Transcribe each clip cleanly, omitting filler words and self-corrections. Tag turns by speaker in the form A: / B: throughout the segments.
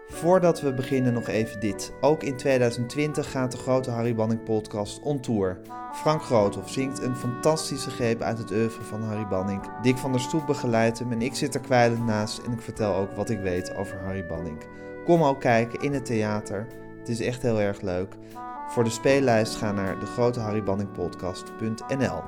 A: Voordat we beginnen nog even dit. Ook in 2020 gaat de grote Harry Banning podcast on tour. Frank Groothoff zingt een fantastische greep uit het oeuvre van Harry Banning. Dick van der Stoep begeleidt hem en ik zit er kwijlend naast en ik vertel ook wat ik weet over Harry Banning. Kom ook kijken in het theater. Het is echt heel erg leuk. Voor de speellijst ga naar degroteharrybanningpodcast.nl.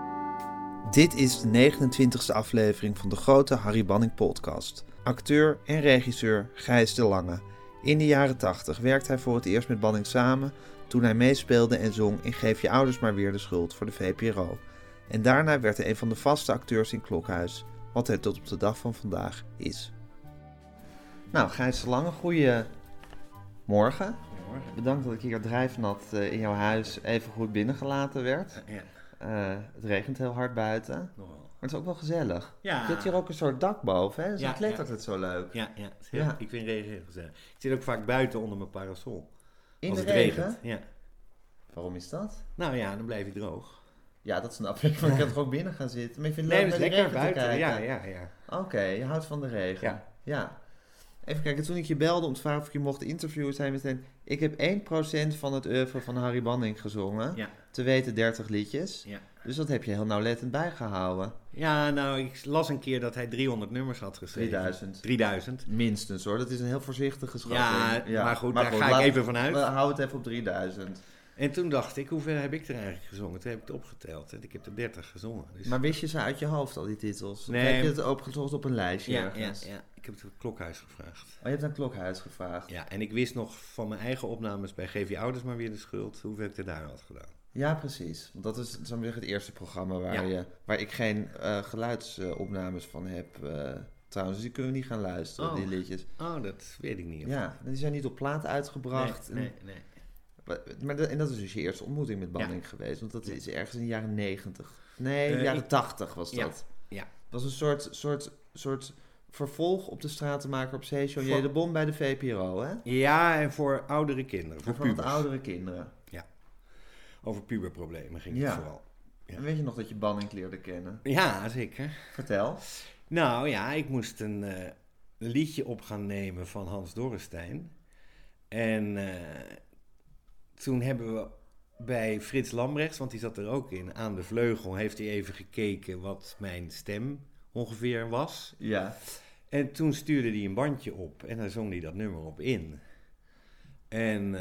A: Dit is de 29e aflevering van de grote Harry Banning podcast. Acteur en regisseur Gijs de Lange. In de jaren 80 werkte hij voor het eerst met Banning samen toen hij meespeelde en zong in Geef je ouders maar weer de schuld voor de VPRO. En daarna werd hij een van de vaste acteurs in Klokhuis, wat hij tot op de dag van vandaag is. Nou, Gijs de Lange, goeiemorgen.
B: Goedemorgen.
A: Bedankt dat ik hier drijfnat in jouw huis even goed binnengelaten werd.
B: Ja.
A: Het regent heel hard buiten.
B: Nogal.
A: Maar het is ook wel gezellig.
B: Ja.
A: Je hebt hier ook een soort dak boven, hè? Dus
B: Ja,
A: het klettert
B: ja.
A: het zo leuk.
B: Ja.
A: Ja.
B: Ik vind regen heel gezellig. Ik zit ook vaak buiten onder mijn parasol.
A: In
B: als
A: de
B: het
A: regen?
B: regent. Ja.
A: Waarom is dat?
B: Nou ja, dan blijf je droog.
A: Ja, dat snap ik. Maar ik kan toch ook binnen gaan zitten. Maar je vindt het
B: Nee,
A: leuk
B: dat is
A: naar de
B: lekker
A: regen te
B: buiten.
A: kijken.
B: Ja.
A: Oké, je houdt van de regen.
B: Ja.
A: Ja. Even kijken, toen ik je belde om te vragen of ik je mocht interviewen, zei je meteen, ik heb 1% van het oeuvre van Harry Banning gezongen.
B: Ja.
A: Te weten 30 liedjes.
B: Ja.
A: Dus dat heb je heel nauwlettend bijgehouden.
B: Ja, nou, ik las een keer dat hij 300 nummers had geschreven. 3000.
A: Minstens hoor, dat is een heel voorzichtige schatting.
B: Ja, maar goed, daar ga ik even vanuit.
A: We houden het even op 3000.
B: En toen dacht ik, hoeveel heb ik er eigenlijk gezongen? Toen heb ik het opgeteld. En ik heb er 30 gezongen. Dus...
A: Maar wist je ze uit je hoofd, al die titels?
B: Nee.
A: Of heb je het opgezocht op een lijstje
B: Ja.
A: ergens?
B: Ik heb het Klokhuis gevraagd.
A: Oh, je hebt aan Klokhuis gevraagd.
B: Ja, en ik wist nog van mijn eigen opnames bij Geef je ouders maar weer de schuld, hoeveel ik er daar had gedaan.
A: Ja, precies. Want dat is zou ik zeggen, het eerste programma
B: Ja.
A: waar ik geen geluidsopnames van heb. Trouwens, dus die kunnen we niet gaan luisteren, die liedjes.
B: Oh, dat weet ik niet.
A: Ja, die zijn niet op plaat uitgebracht.
B: Nee.
A: En dat is dus je eerste ontmoeting met Banning geweest. Want dat is ergens in de jaren 90. Nee, jaren 80 was dat.
B: Ja.
A: Dat was een soort vervolg op de Stratenmaker op Zee, Johnny de Bom bij de VPRO, hè?
B: Ja, en voor oudere kinderen. Voor
A: Voor wat
B: pubers.
A: oudere kinderen.
B: Over puberproblemen ging
A: Ja.
B: het vooral. Ja.
A: En weet je nog dat je Banning leerde kennen?
B: Ja, zeker.
A: Vertel.
B: Nou ja, ik moest een liedje op gaan nemen van Hans Dorrestein. En toen hebben we bij Frits Lambrechts, want die zat er ook in, aan de vleugel, heeft hij even gekeken wat mijn stem ongeveer was.
A: Ja.
B: En toen stuurde hij een bandje op en daar zong hij dat nummer op in. En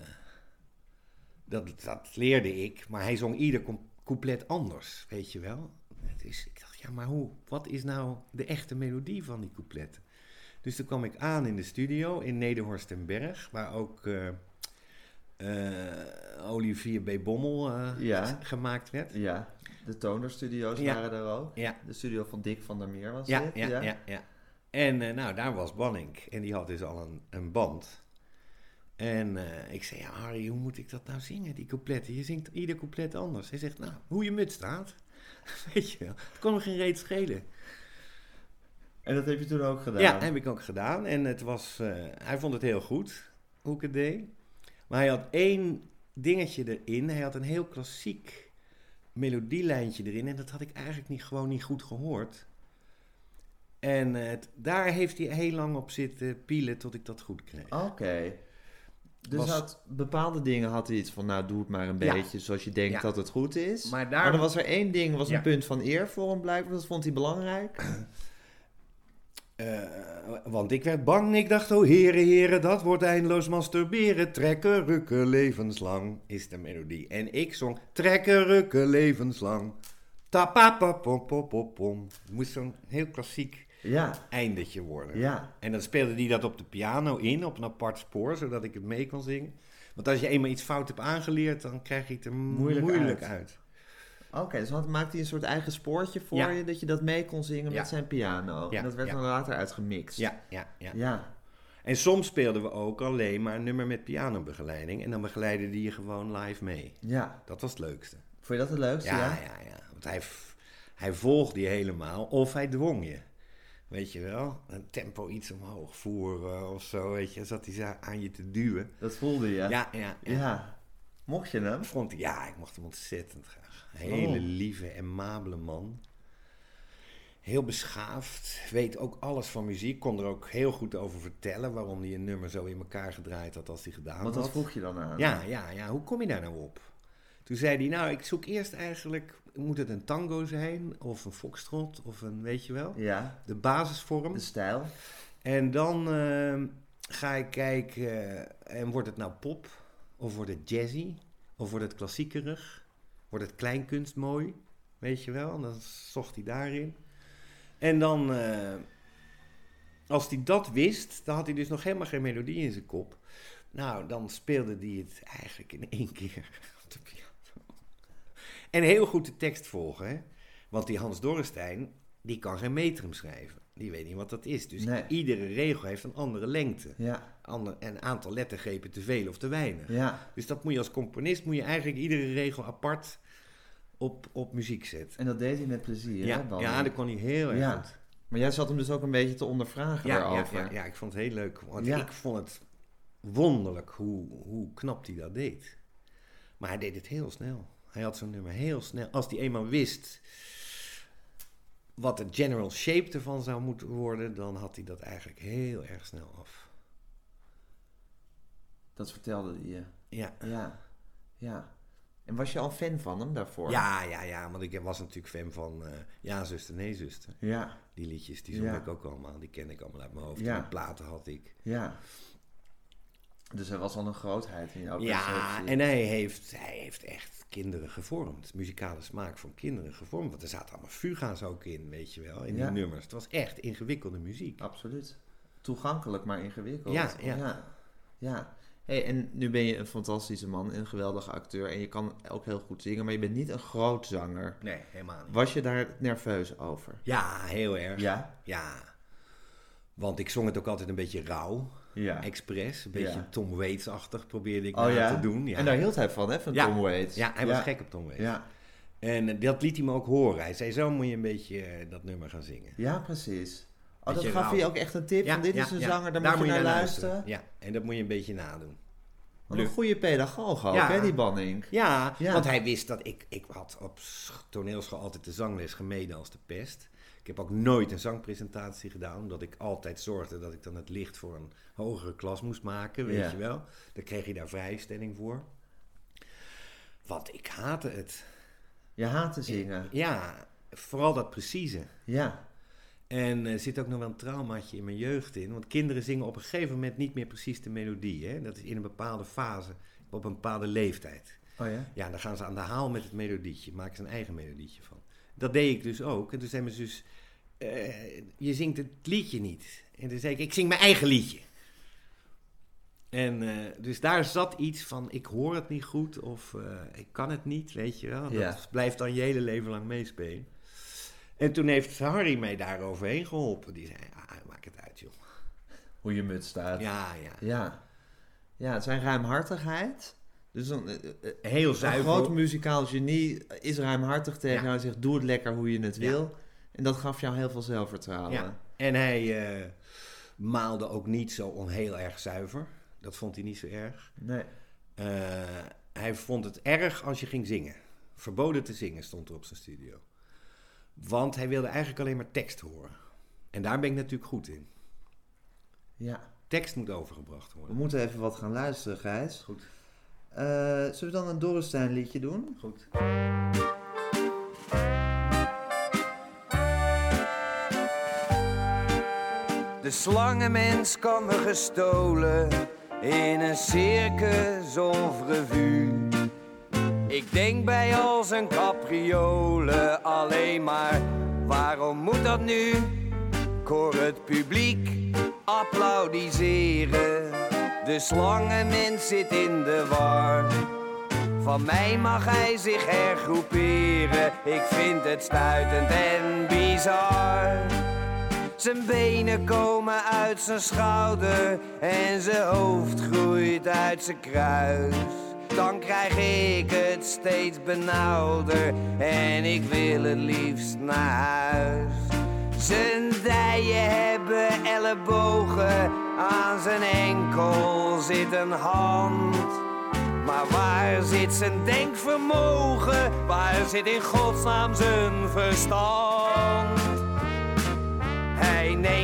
B: dat leerde ik, maar hij zong ieder couplet anders, weet je wel. Dus ik dacht, ja, maar wat is nou de echte melodie van die coupletten? Dus toen kwam ik aan in de studio in Nederhorst en Berg, waar ook Olivier B. Bommel gemaakt werd.
A: Ja, de Toner Studios waren daar ook.
B: Ja.
A: De studio van Dick van der Meer was
B: Ja.
A: dit.
B: Ja. En nou, daar was Banning. En die had dus al een band. En ik zei, ja Harry, hoe moet ik dat nou zingen, die coupletten? Je zingt ieder couplet anders. Hij zegt, nou, hoe je muts staat. Weet je wel, het kon me geen reet schelen.
A: En dat heb je toen ook gedaan?
B: Ja, heb ik ook gedaan. En het was, hij vond het heel goed, hoe ik het deed. Maar hij had één dingetje erin. Hij had een heel klassiek melodielijntje erin. En dat had ik eigenlijk gewoon niet goed gehoord. En daar heeft hij heel lang op zitten pielen tot ik dat goed kreeg.
A: Oké. Dus bepaalde dingen had hij iets van, nou doe het maar een beetje zoals je denkt dat het goed is. Maar er was er één ding, was een punt van eer voor hem blijkbaar. Dat vond hij belangrijk.
B: Want ik werd bang, ik dacht, oh heren, dat wordt eindeloos masturberen. Trekken, rukken, levenslang is de melodie. En ik zong, trekken, rukken, levenslang. Tapapapopopopom. Het moest zo'n heel klassiek eindetje worden.
A: Ja.
B: En dan speelde hij dat op de piano in, op een apart spoor, zodat ik het mee kon zingen. Want als je eenmaal iets fout hebt aangeleerd, dan krijg je het er moeilijk uit.
A: Oké, dus maakte hij een soort eigen spoortje voor je, dat je dat mee kon zingen met zijn piano. En dat werd dan later uitgemixt.
B: Ja. En soms speelden we ook alleen maar een nummer met pianobegeleiding. En dan begeleidde hij je gewoon live mee.
A: Ja.
B: Dat was het leukste.
A: Vond je dat het leukste?
B: Ja. Want hij volgde je helemaal of hij dwong je. Weet je wel? Een tempo iets omhoog voeren of zo, weet je. Zat hij aan je te duwen.
A: Dat voelde je?
B: Ja.
A: Mocht je hem?
B: Ik mocht hem ontzettend graag. Een hele lieve, aimabele man. Heel beschaafd, weet ook alles van muziek. Kon er ook heel goed over vertellen waarom hij een nummer zo in elkaar gedraaid had als hij gedaan had.
A: Want dat vroeg je dan aan?
B: Ja, hoe kom je daar nou op? Toen zei hij, nou, ik zoek eerst eigenlijk, moet het een tango zijn? Of een foxtrot? Of een, weet je wel?
A: Ja.
B: De basisvorm.
A: De stijl.
B: En dan ga ik kijken, en wordt het nou pop? Of wordt het jazzy? Of wordt het klassiekerig? Wordt het kleinkunst mooi? Weet je wel? En dan zocht hij daarin. En dan, als hij dat wist, dan had hij dus nog helemaal geen melodie in zijn kop. Nou, dan speelde hij het eigenlijk in 1 keer op de piano. En heel goed de tekst volgen, hè? Want die Hans Dorrestein, die kan geen metrum schrijven. Die weet niet wat dat is. Dus iedere regel heeft een andere lengte.
A: Ja.
B: En een aantal lettergrepen te veel of te weinig.
A: Ja.
B: Dus dat moet je als componist, eigenlijk iedere regel apart op muziek zetten.
A: En dat deed hij met plezier,
B: ja,
A: hè?
B: Ja, dat kon hij heel erg goed.
A: Maar jij zat hem dus ook een beetje te ondervragen daarover.
B: Ja, ik vond het heel leuk. Want ik vond het wonderlijk hoe knap hij dat deed. Maar hij deed het heel snel. Hij had zo'n nummer heel snel. Als hij eenmaal wist wat de general shape ervan zou moeten worden, dan had hij dat eigenlijk heel erg snel af.
A: Dat vertelde hij je? Ja. En was je al fan van hem daarvoor?
B: Ja, want ik was natuurlijk fan van Ja, zuster, nee, zuster.
A: Ja.
B: Die liedjes, die zong ik ook allemaal. Die ken ik allemaal uit mijn hoofd.
A: Ja.
B: Die platen had ik.
A: Ja. Dus hij was al een grootheid in jouw
B: perceptie.
A: Ja,
B: en hij heeft echt kinderen gevormd. Muzikale smaak van kinderen gevormd. Want er zaten allemaal fuga's ook in, weet je wel. In die nummers. Het was echt ingewikkelde muziek.
A: Absoluut. Toegankelijk, maar ingewikkeld. Ja. Hey, en nu ben je een fantastische man, een geweldige acteur. En je kan ook heel goed zingen, maar je bent niet een groot zanger.
B: Nee, helemaal niet.
A: Was je daar nerveus over?
B: Ja, heel erg.
A: Ja?
B: Ja. Want ik zong het ook altijd een beetje rauw.
A: Ja.
B: Expres. Een beetje Tom Waits-achtig probeerde ik te doen. Ja.
A: En daar hield hij van, hè? Van Tom Waits.
B: Ja, hij was gek op Tom Waits.
A: Ja.
B: En dat liet hij me ook horen. Hij zei, zo moet je een beetje dat nummer gaan zingen.
A: Ja, precies. Oh, dat gaf je ook echt een tip van dit is een zanger, daar moet je naar luisteren.
B: Ja, en dat moet je een beetje nadoen.
A: Een goede pedagoog ook, hè, die Banning.
B: Ja, want hij wist dat ik had op toneelschool altijd de zangles gemeden als de pest. Ik heb ook nooit een zangpresentatie gedaan, omdat ik altijd zorgde dat ik dan het licht voor een hogere klas moest maken, weet je wel. Dan kreeg je daar vrijstelling voor. Want ik haatte het.
A: Je haatte zingen?
B: Ja, vooral dat precieze.
A: Ja.
B: En er zit ook nog wel een traumaatje in mijn jeugd in. Want kinderen zingen op een gegeven moment niet meer precies de melodie. Hè? Dat is in een bepaalde fase, op een bepaalde leeftijd.
A: Oh ja? Ja,
B: dan gaan ze aan de haal met het melodietje. Maken ze een eigen melodietje van. Dat deed ik dus ook. En toen zei mijn zus, je zingt het liedje niet. En toen zei ik zing mijn eigen liedje. En dus daar zat iets van, ik hoor het niet goed of ik kan het niet, weet je wel. Dat blijft dan je hele leven lang meespelen. En toen heeft Harry mij daar overheen geholpen. Die zei, maak het uit, joh.
A: Hoe je muts staat.
B: Ja,
A: zijn ruimhartigheid. Dus
B: heel zuiver.
A: Een groot muzikaal genie is ruimhartig tegen jou en zegt, doe het lekker hoe je het wil. En dat gaf jou heel veel zelfvertrouwen.
B: Ja. En hij maalde ook niet zo heel erg zuiver. Dat vond hij niet zo erg.
A: Nee.
B: Hij vond het erg als je ging zingen. Verboden te zingen stond er op zijn studio. Want hij wilde eigenlijk alleen maar tekst horen. En daar ben ik natuurlijk goed in.
A: Ja.
B: Tekst moet overgebracht worden.
A: We moeten even wat gaan luisteren, Gijs.
B: Goed.
A: Zullen we dan een Dorrestein liedje doen?
B: Goed.
C: De slangenmens kwam me gestolen in een circus of revue. Ik denk bij al zijn capriolen alleen maar, waarom moet dat nu? Ik hoor het publiek applaudisseren. De slangenmens zit in de war. Van mij mag hij zich hergroeperen. Ik vind het stuitend en bizar. Zijn benen komen uit zijn schouder en zijn hoofd groeit uit zijn kruis. Dan krijg ik het steeds benauwder en ik wil het liefst naar huis. Zijn dijen hebben ellebogen, aan zijn enkel zit een hand. Maar waar zit zijn denkvermogen? Waar zit in godsnaam zijn verstand?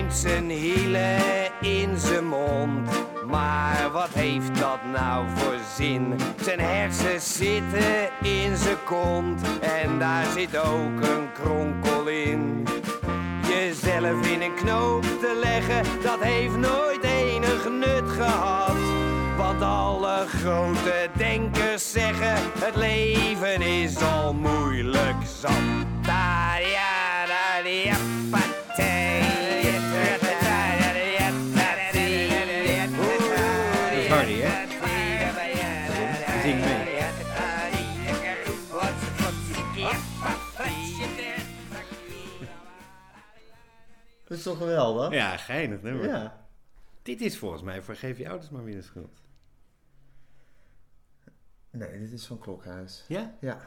C: drinkt zijn hielen in zijn mond. Maar wat heeft dat nou voor zin? Zijn hersens zitten in zijn kont en daar zit ook een kronkel in. Jezelf in een knoop te leggen, dat heeft nooit enig nut gehad. Want alle grote denkers zeggen, het leven is al moeilijk zat.
B: Harry, hè? Zing mee.
A: Dat is toch geweldig?
B: Ja, geinig nummer.
A: Ja.
B: Dit is volgens mij voor Geef je ouders maar weer de schuld.
A: Nee, dit is van Klokhuis.
B: Ja?
A: Ja.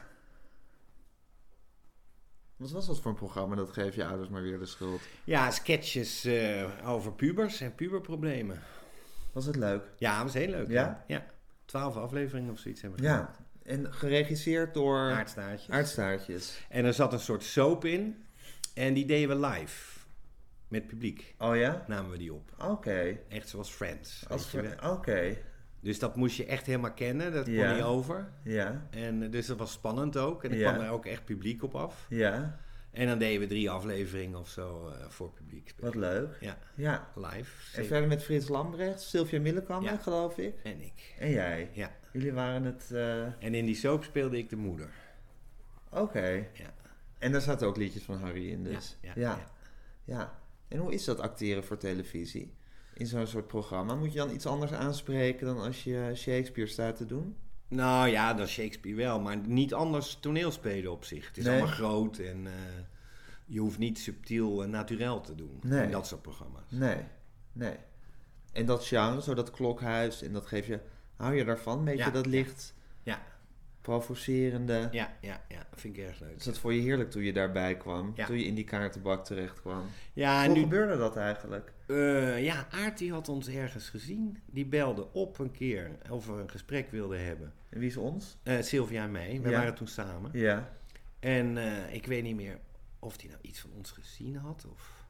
A: Wat was dat voor een programma, dat Geef je ouders maar weer de schuld?
B: Ja, sketches over pubers en puberproblemen.
A: Was het leuk?
B: Ja, dat was heel leuk.
A: Ja?
B: Ja. 12 afleveringen of zoiets hebben we
A: Ja. En geregisseerd door
B: Aardstaartjes.
A: Aardstaartjes.
B: En er zat een soort soap in. En die deden we live. Met publiek.
A: Oh ja?
B: Namen we die op.
A: Oké.
B: Echt zoals Friends.
A: Als
B: weet je wel.
A: Oké.
B: Dus dat moest je echt helemaal kennen. Dat kon
A: Ja.
B: niet over.
A: Ja.
B: En dus dat was spannend ook. En er
A: Ja.
B: kwam er ook echt publiek op af.
A: Ja.
B: En dan deden we 3 afleveringen of zo voor publiek.
A: Wat leuk.
B: Ja,
A: Ja.
B: live.
A: En verder met Frits Lambrecht, Sylvia Millekammer,
B: Ja.
A: geloof ik.
B: En ik.
A: En jij.
B: Ja.
A: Jullie waren het...
B: En in die soap speelde ik de moeder.
A: Oké.
B: Ja.
A: En daar zaten ook liedjes van Harry in dus.
B: Ja.
A: Ja. En hoe is dat acteren voor televisie? In zo'n soort programma? Moet je dan iets anders aanspreken dan als je Shakespeare staat te doen?
B: Nou ja, dat is Shakespeare wel, maar niet anders toneelspelen op zich. Het is
A: Nee.
B: allemaal groot en je hoeft niet subtiel en naturel te doen
A: Nee.
B: in dat soort programma's.
A: Nee. En dat genre, zo dat Klokhuis, en dat geef je... Hou je daarvan? Een beetje
B: Ja.
A: dat licht
B: Ja,
A: provocerende...
B: ja, vind ik erg leuk.
A: Dus dat vond je heerlijk toen je daarbij kwam?
B: Ja.
A: Toen je in die kaartenbak terecht kwam?
B: Ja, en
A: Hoe
B: nu,
A: gebeurde dat eigenlijk?
B: ja, Aart die had ons ergens gezien. Die belde op een keer of we een gesprek wilden hebben.
A: En wie is ons?
B: Sylvia en mij, we
A: Ja.
B: waren toen samen.
A: Ja.
B: En ik weet niet meer of hij nou iets van ons gezien had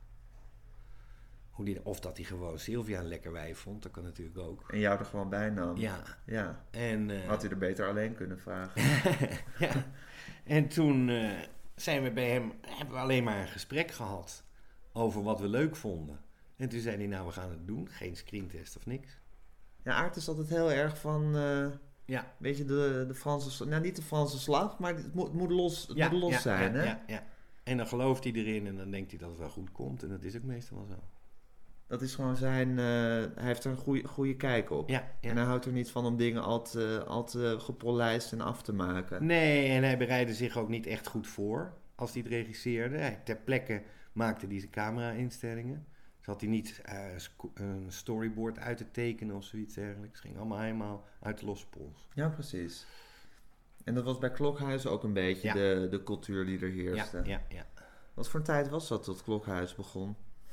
B: of dat hij gewoon Sylvia een lekker wijf vond. Dat kan natuurlijk ook.
A: En jou er gewoon bij nam?
B: Ja.
A: Ja.
B: En,
A: Had u er beter alleen kunnen vragen?
B: ja. En toen zijn we bij hem, hebben we alleen maar een gesprek gehad over wat we leuk vonden. En toen zei hij, nou we gaan het doen. Geen screentest of niks.
A: Ja, Aart is altijd heel erg van...
B: Ja.
A: weet je, de Franse... Nou, niet de Franse slag, maar het moet los, het moet los
B: ja,
A: zijn, hè?
B: Ja. En dan gelooft hij erin en dan denkt hij dat het wel goed komt. En dat is ook meestal wel zo.
A: Dat is gewoon zijn... hij heeft er een goede kijk op.
B: Ja.
A: En hij houdt er niet van om dingen al te gepolijst en af te maken.
B: Nee, en hij bereidde zich ook niet echt goed voor als hij het regisseerde. Ter plekke maakte hij zijn camera-instellingen. Dus had hij niet een storyboard uit te tekenen of zoiets dergelijks. Het ging allemaal helemaal uit de losse pols.
A: Ja, precies. En dat was bij Klokhuis ook een beetje
B: Ja.
A: de cultuur die er heerste.
B: Ja.
A: Wat voor een tijd was dat Klokhuis begon?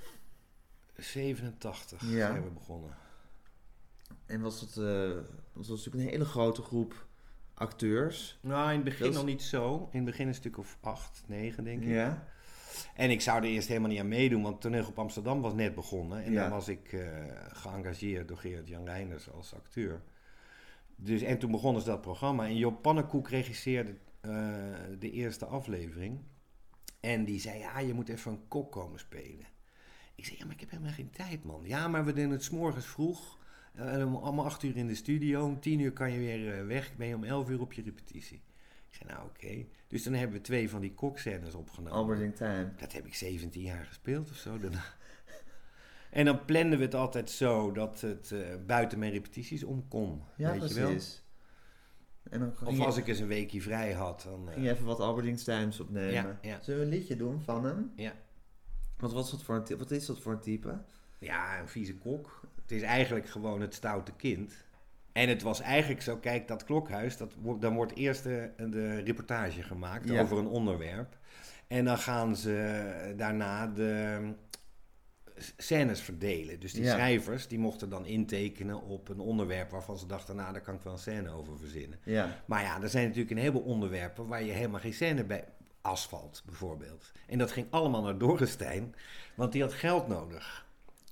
B: 87
A: Ja.
B: zijn we begonnen.
A: En was het was natuurlijk een hele grote groep acteurs.
B: Nou, in het begin
A: Dat is-
B: nog niet zo. In het begin een stuk of 8, 9 denk ik.
A: Ja.
B: En ik zou er eerst helemaal niet aan meedoen, want Toneelgroep Amsterdam was net begonnen. En
A: Ja.
B: dan was ik geëngageerd door Gerard-Jan Reinders als acteur. Dus, en toen begonnen ze dat programma. En Job Pannenkoek regisseerde de eerste aflevering. En die zei, ja, je moet even een kok komen spelen. Ik zei, ja, maar ik heb helemaal geen tijd, man. Ja, maar we doen het 's morgens vroeg. Om 8 uur in de studio. Om 10 uur kan je weer weg. Ben je om 11 uur op je repetitie. Ik zei, nou oké. Dus dan hebben we 2 van die kokscènes opgenomen.
A: Albert in Time.
B: Dat heb ik 17 jaar gespeeld of zo. En dan planden we het altijd zo dat het buiten mijn repetities om kon.
A: Ja,
B: weet
A: precies.
B: je wel?
A: En dan
B: Of als ik eens een weekje vrij had. Dan,
A: ging je even wat Albert Times opnemen.
B: Ja.
A: Zullen we een liedje doen van hem?
B: Ja.
A: Wat is dat voor een type?
B: Ja, een vieze kok. Het is eigenlijk gewoon het stoute kind. En het was eigenlijk zo, kijk, dat Klokhuis, dan wordt eerst de reportage gemaakt over een onderwerp. En dan gaan ze daarna de scènes verdelen. Dus die schrijvers, die mochten dan intekenen op een onderwerp waarvan ze dachten, nou, daar kan ik wel een scène over verzinnen.
A: Ja.
B: Maar ja, er zijn natuurlijk een heleboel onderwerpen waar je helemaal geen scène bij... Asfalt bijvoorbeeld. En dat ging allemaal naar Dorrestein, want die had geld nodig.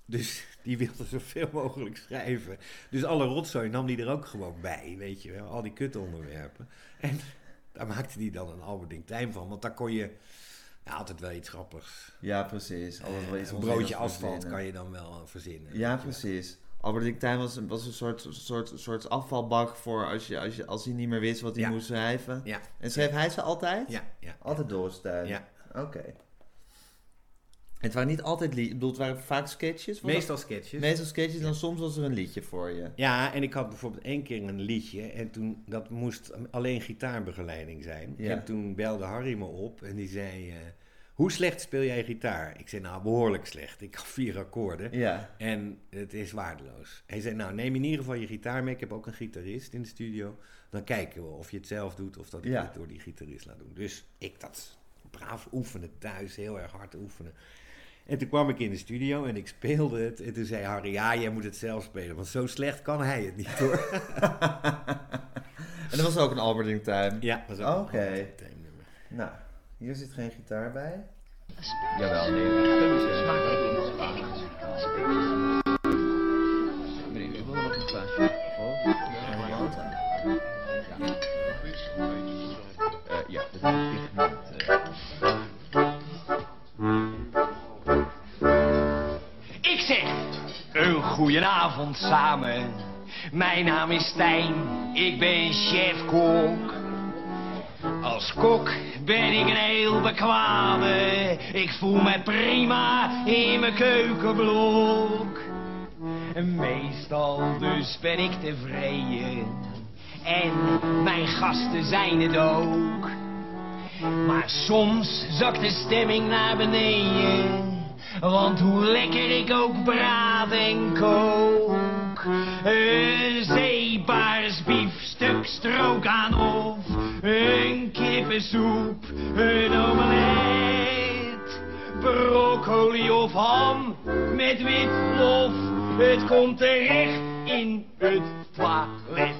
B: Dus die wilde zoveel mogelijk schrijven. Dus alle rotzooi nam die er ook gewoon bij, weet je wel. Al die kutonderwerpen. En daar maakte hij dan een Alberdingk Tijn van. Want daar kon je altijd wel iets grappigs.
A: Ja, precies. Altijd wel iets
B: een broodje
A: onzinnigs
B: asfalt
A: verzinnen.
B: kan je dan wel verzinnen.
A: Ja, precies. Alberdingk Tijn was een soort afvalbak voor als hij niet meer wist wat hij moest schrijven.
B: Ja.
A: En schreef hij ze altijd?
B: Ja.
A: Altijd Dorrestein?
B: Ja.
A: Oké. En het waren niet altijd liedjes, ik bedoel, het waren vaak sketches?
B: Meestal sketches.
A: Meestal sketches, dan soms was er een liedje voor je.
B: Ja, en ik had bijvoorbeeld 1 keer een liedje en toen, dat moest alleen gitaarbegeleiding zijn.
A: Ja.
B: En toen belde Harry me op en die zei, hoe slecht speel jij gitaar? Ik zei, nou, behoorlijk slecht. Ik had 4 akkoorden
A: Ja.
B: en het is waardeloos. Hij zei, nou, neem in ieder geval je gitaar mee. Ik heb ook een gitarist in de studio. Dan kijken we of je het zelf doet of dat ik het door die gitarist laat doen. Dus ik dat braaf oefenen thuis, heel erg hard oefenen. En toen kwam ik in de studio en ik speelde het. En toen zei Harry, ja, jij moet het zelf spelen. Want zo slecht kan hij het niet, hoor.
A: En dat was ook een Alberdingk Tijn?
B: Ja, dat was ook
A: Oké.
B: een Alberdingk Tijn nummer.
A: Nou, hier zit geen gitaar bij.
D: Jawel, nee. Meneer, u wil nog een glaasje? Ja, dat is dicht met...
E: Ik zeg, een goedenavond samen. Mijn naam is Stijn, ik ben chef-kok. Als kok ben ik een heel bekwame. Ik voel me prima in mijn keukenblok. Meestal dus ben ik tevreden. En mijn gasten zijn het ook. Maar soms zakt de stemming naar beneden. Want hoe lekker ik ook braad en kook. Een zeepaarsbiefstuk strookanhof. Een kippensoep, een omelet. Broccoli of ham met witlof. Het komt terecht in het toilet.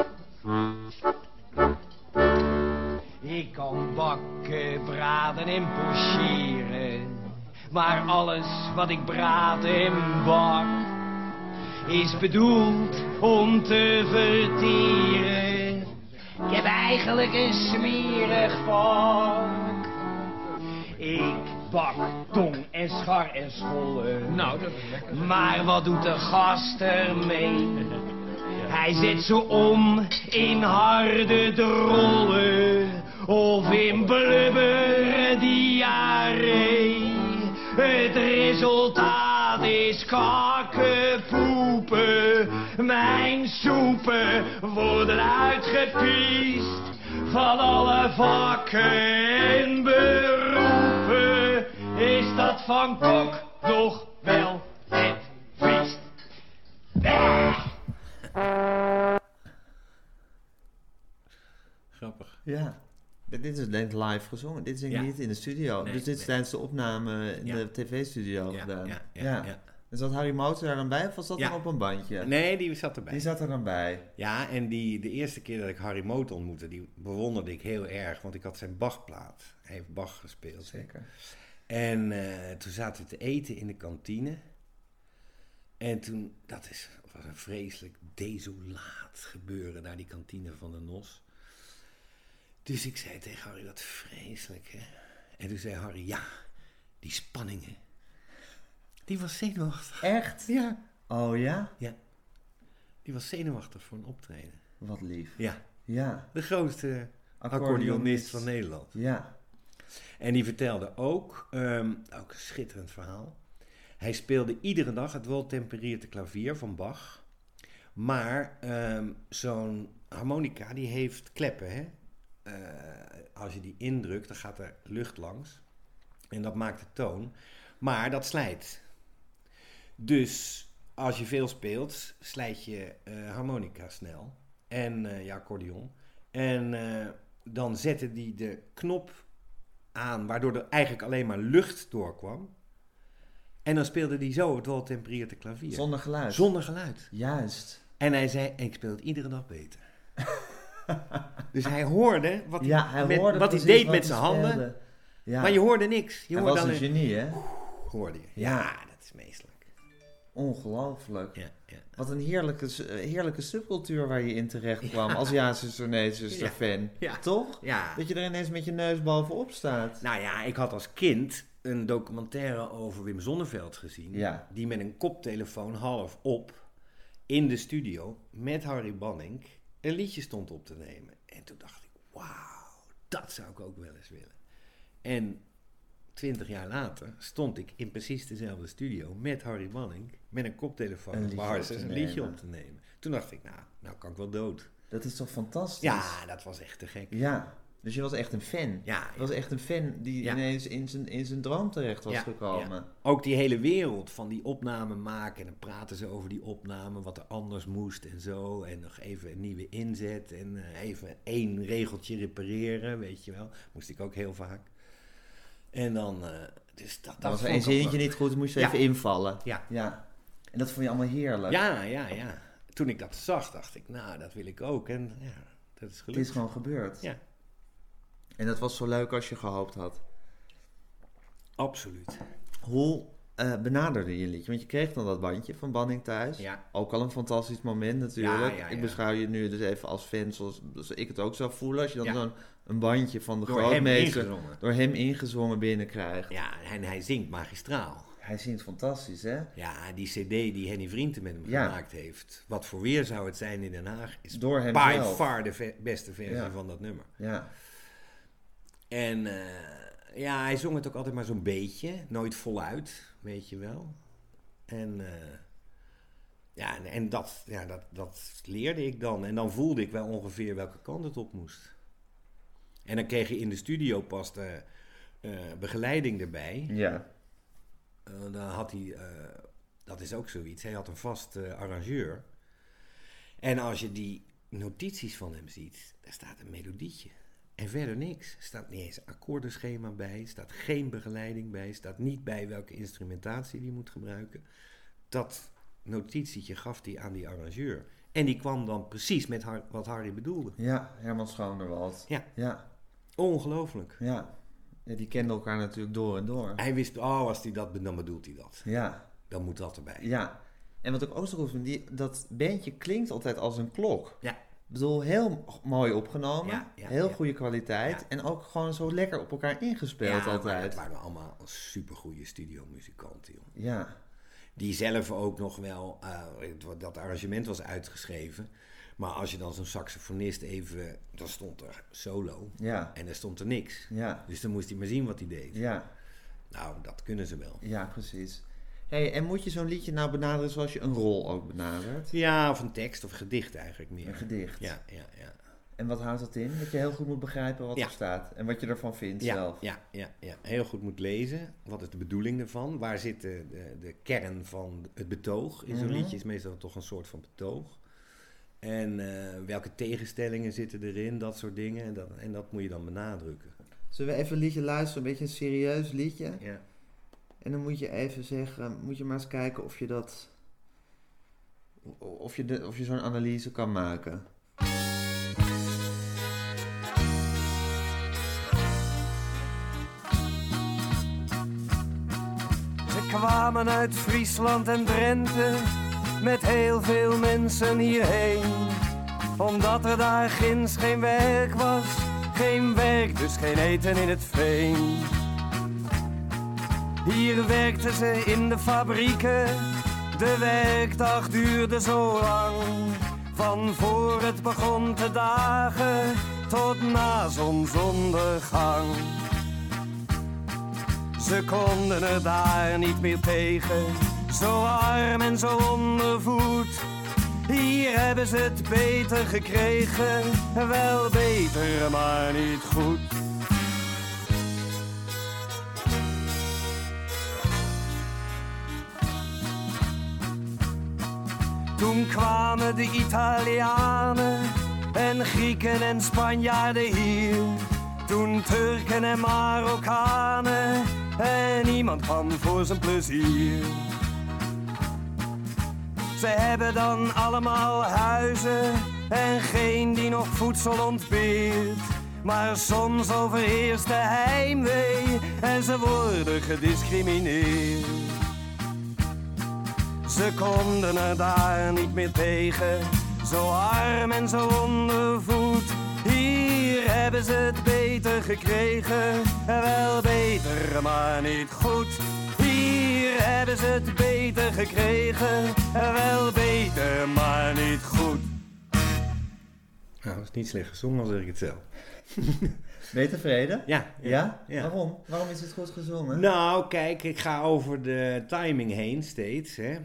E: Ik kan bakken, braden en pocheren. Maar alles wat ik braad en bak is bedoeld om te verteren. Ik heb eigenlijk een smerig vak. Ik bak tong en schar en schollen.
D: Nou, dat is lekker.
E: Maar wat doet de gast ermee? Hij zet ze om in harde drollen of in blubber diarree. Het resultaat is kakkenpoepen. Mijn soepen worden uitgepiest van alle vakken en beroepen. Is dat van kok nog wel het viest?
B: Grappig.
A: Ja. Dit is denk ik live gezongen. Dit is denk ik niet in de studio.
B: Nee,
A: dus dit is tijdens de opname in de tv-studio gedaan.
B: Ja.
A: En zat Harry Motor daar dan bij of was dat
B: Ja.
A: dan op een bandje?
B: Nee, die zat erbij.
A: Die zat er dan bij.
B: Ja, en de eerste keer dat ik Harry Motor ontmoette, die bewonderde ik heel erg, want ik had zijn Bach-plaat. Hij heeft Bach gespeeld.
A: Zeker.
B: En toen zaten we te eten in de kantine. En toen, was een vreselijk desolaat gebeuren naar die kantine van de NOS. Dus ik zei tegen Harry, wat vreselijk, hè? En toen zei Harry, ja, die spanningen. Die was zenuwachtig.
A: Echt?
B: Ja.
A: Oh ja?
B: Ja. Die was zenuwachtig voor een optreden.
A: Wat lief.
B: Ja.
A: Ja.
B: De grootste accordeonist van Nederland.
A: Ja.
B: En die vertelde ook een schitterend verhaal. Hij speelde iedere dag het weltempereerde klavier van Bach. Maar zo'n harmonica, die heeft kleppen, hè? Als je die indrukt, dan gaat er lucht langs. En dat maakt de toon. Maar dat slijt. Dus als je veel speelt, slijt je harmonica snel. En je accordeon. En dan zette die de knop aan, waardoor er eigenlijk alleen maar lucht doorkwam. En dan speelde hij zo het weltempereerde klavier.
A: Zonder geluid.
B: Zonder geluid.
A: Juist.
B: En hij zei, ik speel het iedere dag beter. Dus hij hoorde wat hij deed met zijn handen.
A: Ja.
B: Maar je hoorde niks. Je
A: hij
B: hoorde
A: was een
B: alleen
A: genie, hè?
B: hoorde je. Ja, dat is meestelijk.
A: Ongelooflijk.
B: Ja.
A: Wat een heerlijke subcultuur waar je in terecht kwam als Ja, zuster, nee, zuster fan.
B: Ja.
A: Toch?
B: Ja.
A: Dat je er ineens met je neus bovenop staat.
B: Nou ja, ik had als kind een documentaire over Wim Sonneveld gezien.
A: Ja.
B: Die met een koptelefoon half op in de studio met Harry Banning een liedje stond op te nemen. En toen dacht ik, wauw, dat zou ik ook wel eens willen. En 20 jaar later stond ik in precies dezelfde studio met Harry Banning met een koptelefoon een liedje op te nemen. Toen dacht ik, nou kan ik wel dood.
A: Dat is toch fantastisch?
B: Ja, dat was echt te gek.
A: Ja, dus je was echt een fan.
B: Ja.
A: Je was echt een fan die ineens in zijn droom terecht was gekomen.
B: Ja. Ook die hele wereld van die opnamen maken. En dan praten ze over die opname, wat er anders moest en zo. En nog even een nieuwe inzet en even 1 regeltje repareren, weet je wel. Moest ik ook heel vaak. En dan... dus dat
A: was er 1 zinnetje niet goed, dan moest je even invallen.
B: Ja.
A: En dat vond je allemaal heerlijk.
B: Ja. Toen ik dat zag, dacht ik, dat wil ik ook. En ja, dat is gelukt.
A: Het is gewoon gebeurd.
B: Ja.
A: En dat was zo leuk als je gehoopt had.
B: Absoluut.
A: Hoe benaderde je liedje? Want je kreeg dan dat bandje van Banning thuis.
B: Ja.
A: Ook al een fantastisch moment natuurlijk.
B: Ja.
A: Ik beschouw je nu dus even als fan zoals ik het ook zou voelen. Als je dan zo'n bandje van de
B: door
A: grootmeester door hem ingezongen binnenkrijgt.
B: Ja, en hij zingt magistraal.
A: Hij zingt fantastisch, hè?
B: Ja, die cd die Henny Vrienden met hem gemaakt heeft. Wat voor weer zou het zijn in Den Haag? Is
A: door hem
B: by
A: zelf.
B: far de beste versie van dat nummer.
A: Ja.
B: En hij zong het ook altijd maar zo'n beetje. Nooit voluit, weet je wel. En dat leerde ik dan. En dan voelde ik wel ongeveer welke kant het op moest. En dan kreeg je in de studio pas de begeleiding erbij.
A: Ja.
B: Dan had hij, dat is ook zoiets, hij had een vast arrangeur. En als je die notities van hem ziet, daar staat een melodietje. En verder niks. Er staat niet eens een akkoordenschema bij, er staat geen begeleiding bij, er staat niet bij welke instrumentatie die moet gebruiken. Dat notitietje gaf hij aan die arrangeur. En die kwam dan precies met wat Harry bedoelde.
A: Ja, Herman Schoonderwald.
B: Ja. Ongelooflijk.
A: Ja, die kenden elkaar natuurlijk door en door.
B: Hij wist, als hij dat dan bedoelt hij dat.
A: Ja.
B: Dan moet dat erbij.
A: Ja. En wat ik ook zo goed vind, dat bandje klinkt altijd als een klok.
B: Ja.
A: Ik bedoel, heel mooi opgenomen. Heel goede kwaliteit.
B: Ja.
A: En ook gewoon zo lekker op elkaar ingespeeld altijd.
B: Het waren allemaal supergoeie studiomuzikanten, joh.
A: Ja.
B: Die zelf ook nog wel, dat arrangement was uitgeschreven. Maar als je dan zo'n saxofonist even, dan stond er solo.
A: Ja.
B: En er stond er niks.
A: Ja.
B: Dus dan moest hij maar zien wat hij deed.
A: Ja.
B: Nou, dat kunnen ze wel.
A: Ja, precies. Hey, en moet je zo'n liedje nou benaderen zoals je een rol ook benadert?
B: Ja, of een tekst of gedicht eigenlijk meer.
A: Een gedicht.
B: Ja.
A: En wat houdt dat in? Dat je heel goed moet begrijpen wat er staat en wat je ervan vindt zelf.
B: Ja. Heel goed moet lezen. Wat is de bedoeling ervan? Waar zit de kern van het betoog? In zo'n liedje is meestal toch een soort van betoog. En welke tegenstellingen zitten erin? Dat soort dingen. En dat moet je dan benadrukken.
A: Zullen we even een liedje luisteren? Een beetje een serieus liedje?
B: Ja.
A: En dan moet je even zeggen, moet je maar eens kijken of je dat... Of je zo'n analyse kan maken.
C: Ze kwamen uit Friesland en Drenthe met heel veel mensen hierheen. Omdat er daar ginds geen werk was, geen werk, dus geen eten in het veen. Hier werkten ze in de fabrieken, de werkdag duurde zo lang. Van voor het begon te dagen tot na zonsondergang. Ze konden er daar niet meer tegen, zo arm en zo ondervoed. Hier hebben ze het beter gekregen, wel beter, maar niet goed. Toen kwamen de Italianen en Grieken en Spanjaarden hier. Toen Turken en Marokkanen en niemand kwam voor zijn plezier. Ze hebben dan allemaal huizen en geen die nog voedsel ontbeert. Maar soms overheerst de heimwee en ze worden gediscrimineerd. Ze konden er daar niet meer tegen, zo arm en zo ondervoed. Hier hebben ze het beter gekregen, wel beter, maar niet goed. Hier hebben ze het beter gekregen, wel beter, maar niet goed.
B: Nou, dat is niet slecht gezongen als ik het zelf.
A: Ben je tevreden?
B: Ja.
A: Ja? Waarom? Waarom is het goed gezongen?
B: Nou, kijk, ik ga over de timing heen steeds, hè.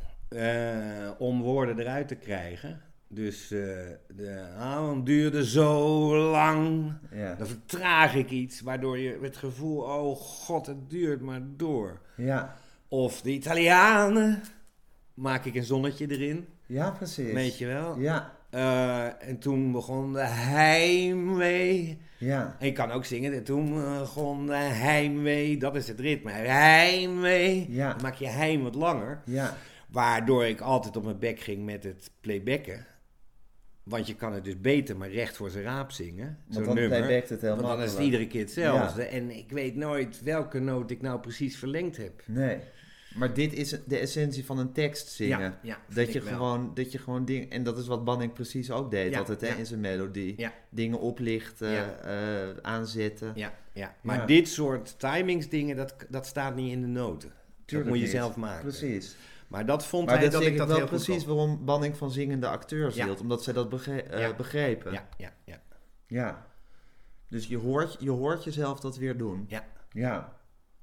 B: Om woorden eruit te krijgen. Dus de avond duurde zo lang.
A: Ja.
B: Dan vertraag ik iets, waardoor je het gevoel, oh god, het duurt maar door.
A: Ja.
B: Of de Italianen, maak ik een zonnetje erin,
A: Ja, precies.
B: weet je wel.
A: Ja.
B: En toen begon de heimwee.
A: Ja.
B: En je kan ook zingen, en toen begon de heimwee, dat is het ritme. Heimwee,
A: Ja.
B: dan maak je heim wat langer.
A: Ja.
B: Waardoor ik altijd op mijn bek ging met het playbacken. Want je kan het dus beter maar recht voor zijn raap zingen.
A: Want dan playbackt het heel
B: Want dan is het
A: makkelijk.
B: iedere keer hetzelfde. Ja. En ik weet nooit welke noot ik nou precies verlengd heb.
A: Nee. Maar dit is de essentie van een tekst zingen.
B: Ja,
A: dat je gewoon dingen... En dat is wat Banning precies ook deed altijd, hè, in zijn melodie.
B: Ja.
A: Dingen oplichten, aanzetten.
B: Ja. Maar
A: Ja.
B: dit soort timingsdingen, dat staat niet in de noten. Dat moet je
A: niet.
B: zelf maken.
A: Precies.
B: Maar dat vond
A: Maar
B: hij
A: dat
B: dat
A: denk
B: ik
A: ik
B: dat
A: wel
B: heel goed
A: precies
B: kon.
A: waarom Banning van zingende acteurs
B: Ja.
A: hield. Omdat zij dat begrepen.
B: Ja.
A: Ja. Dus je hoort jezelf dat weer doen.
B: Ja.
A: Ja.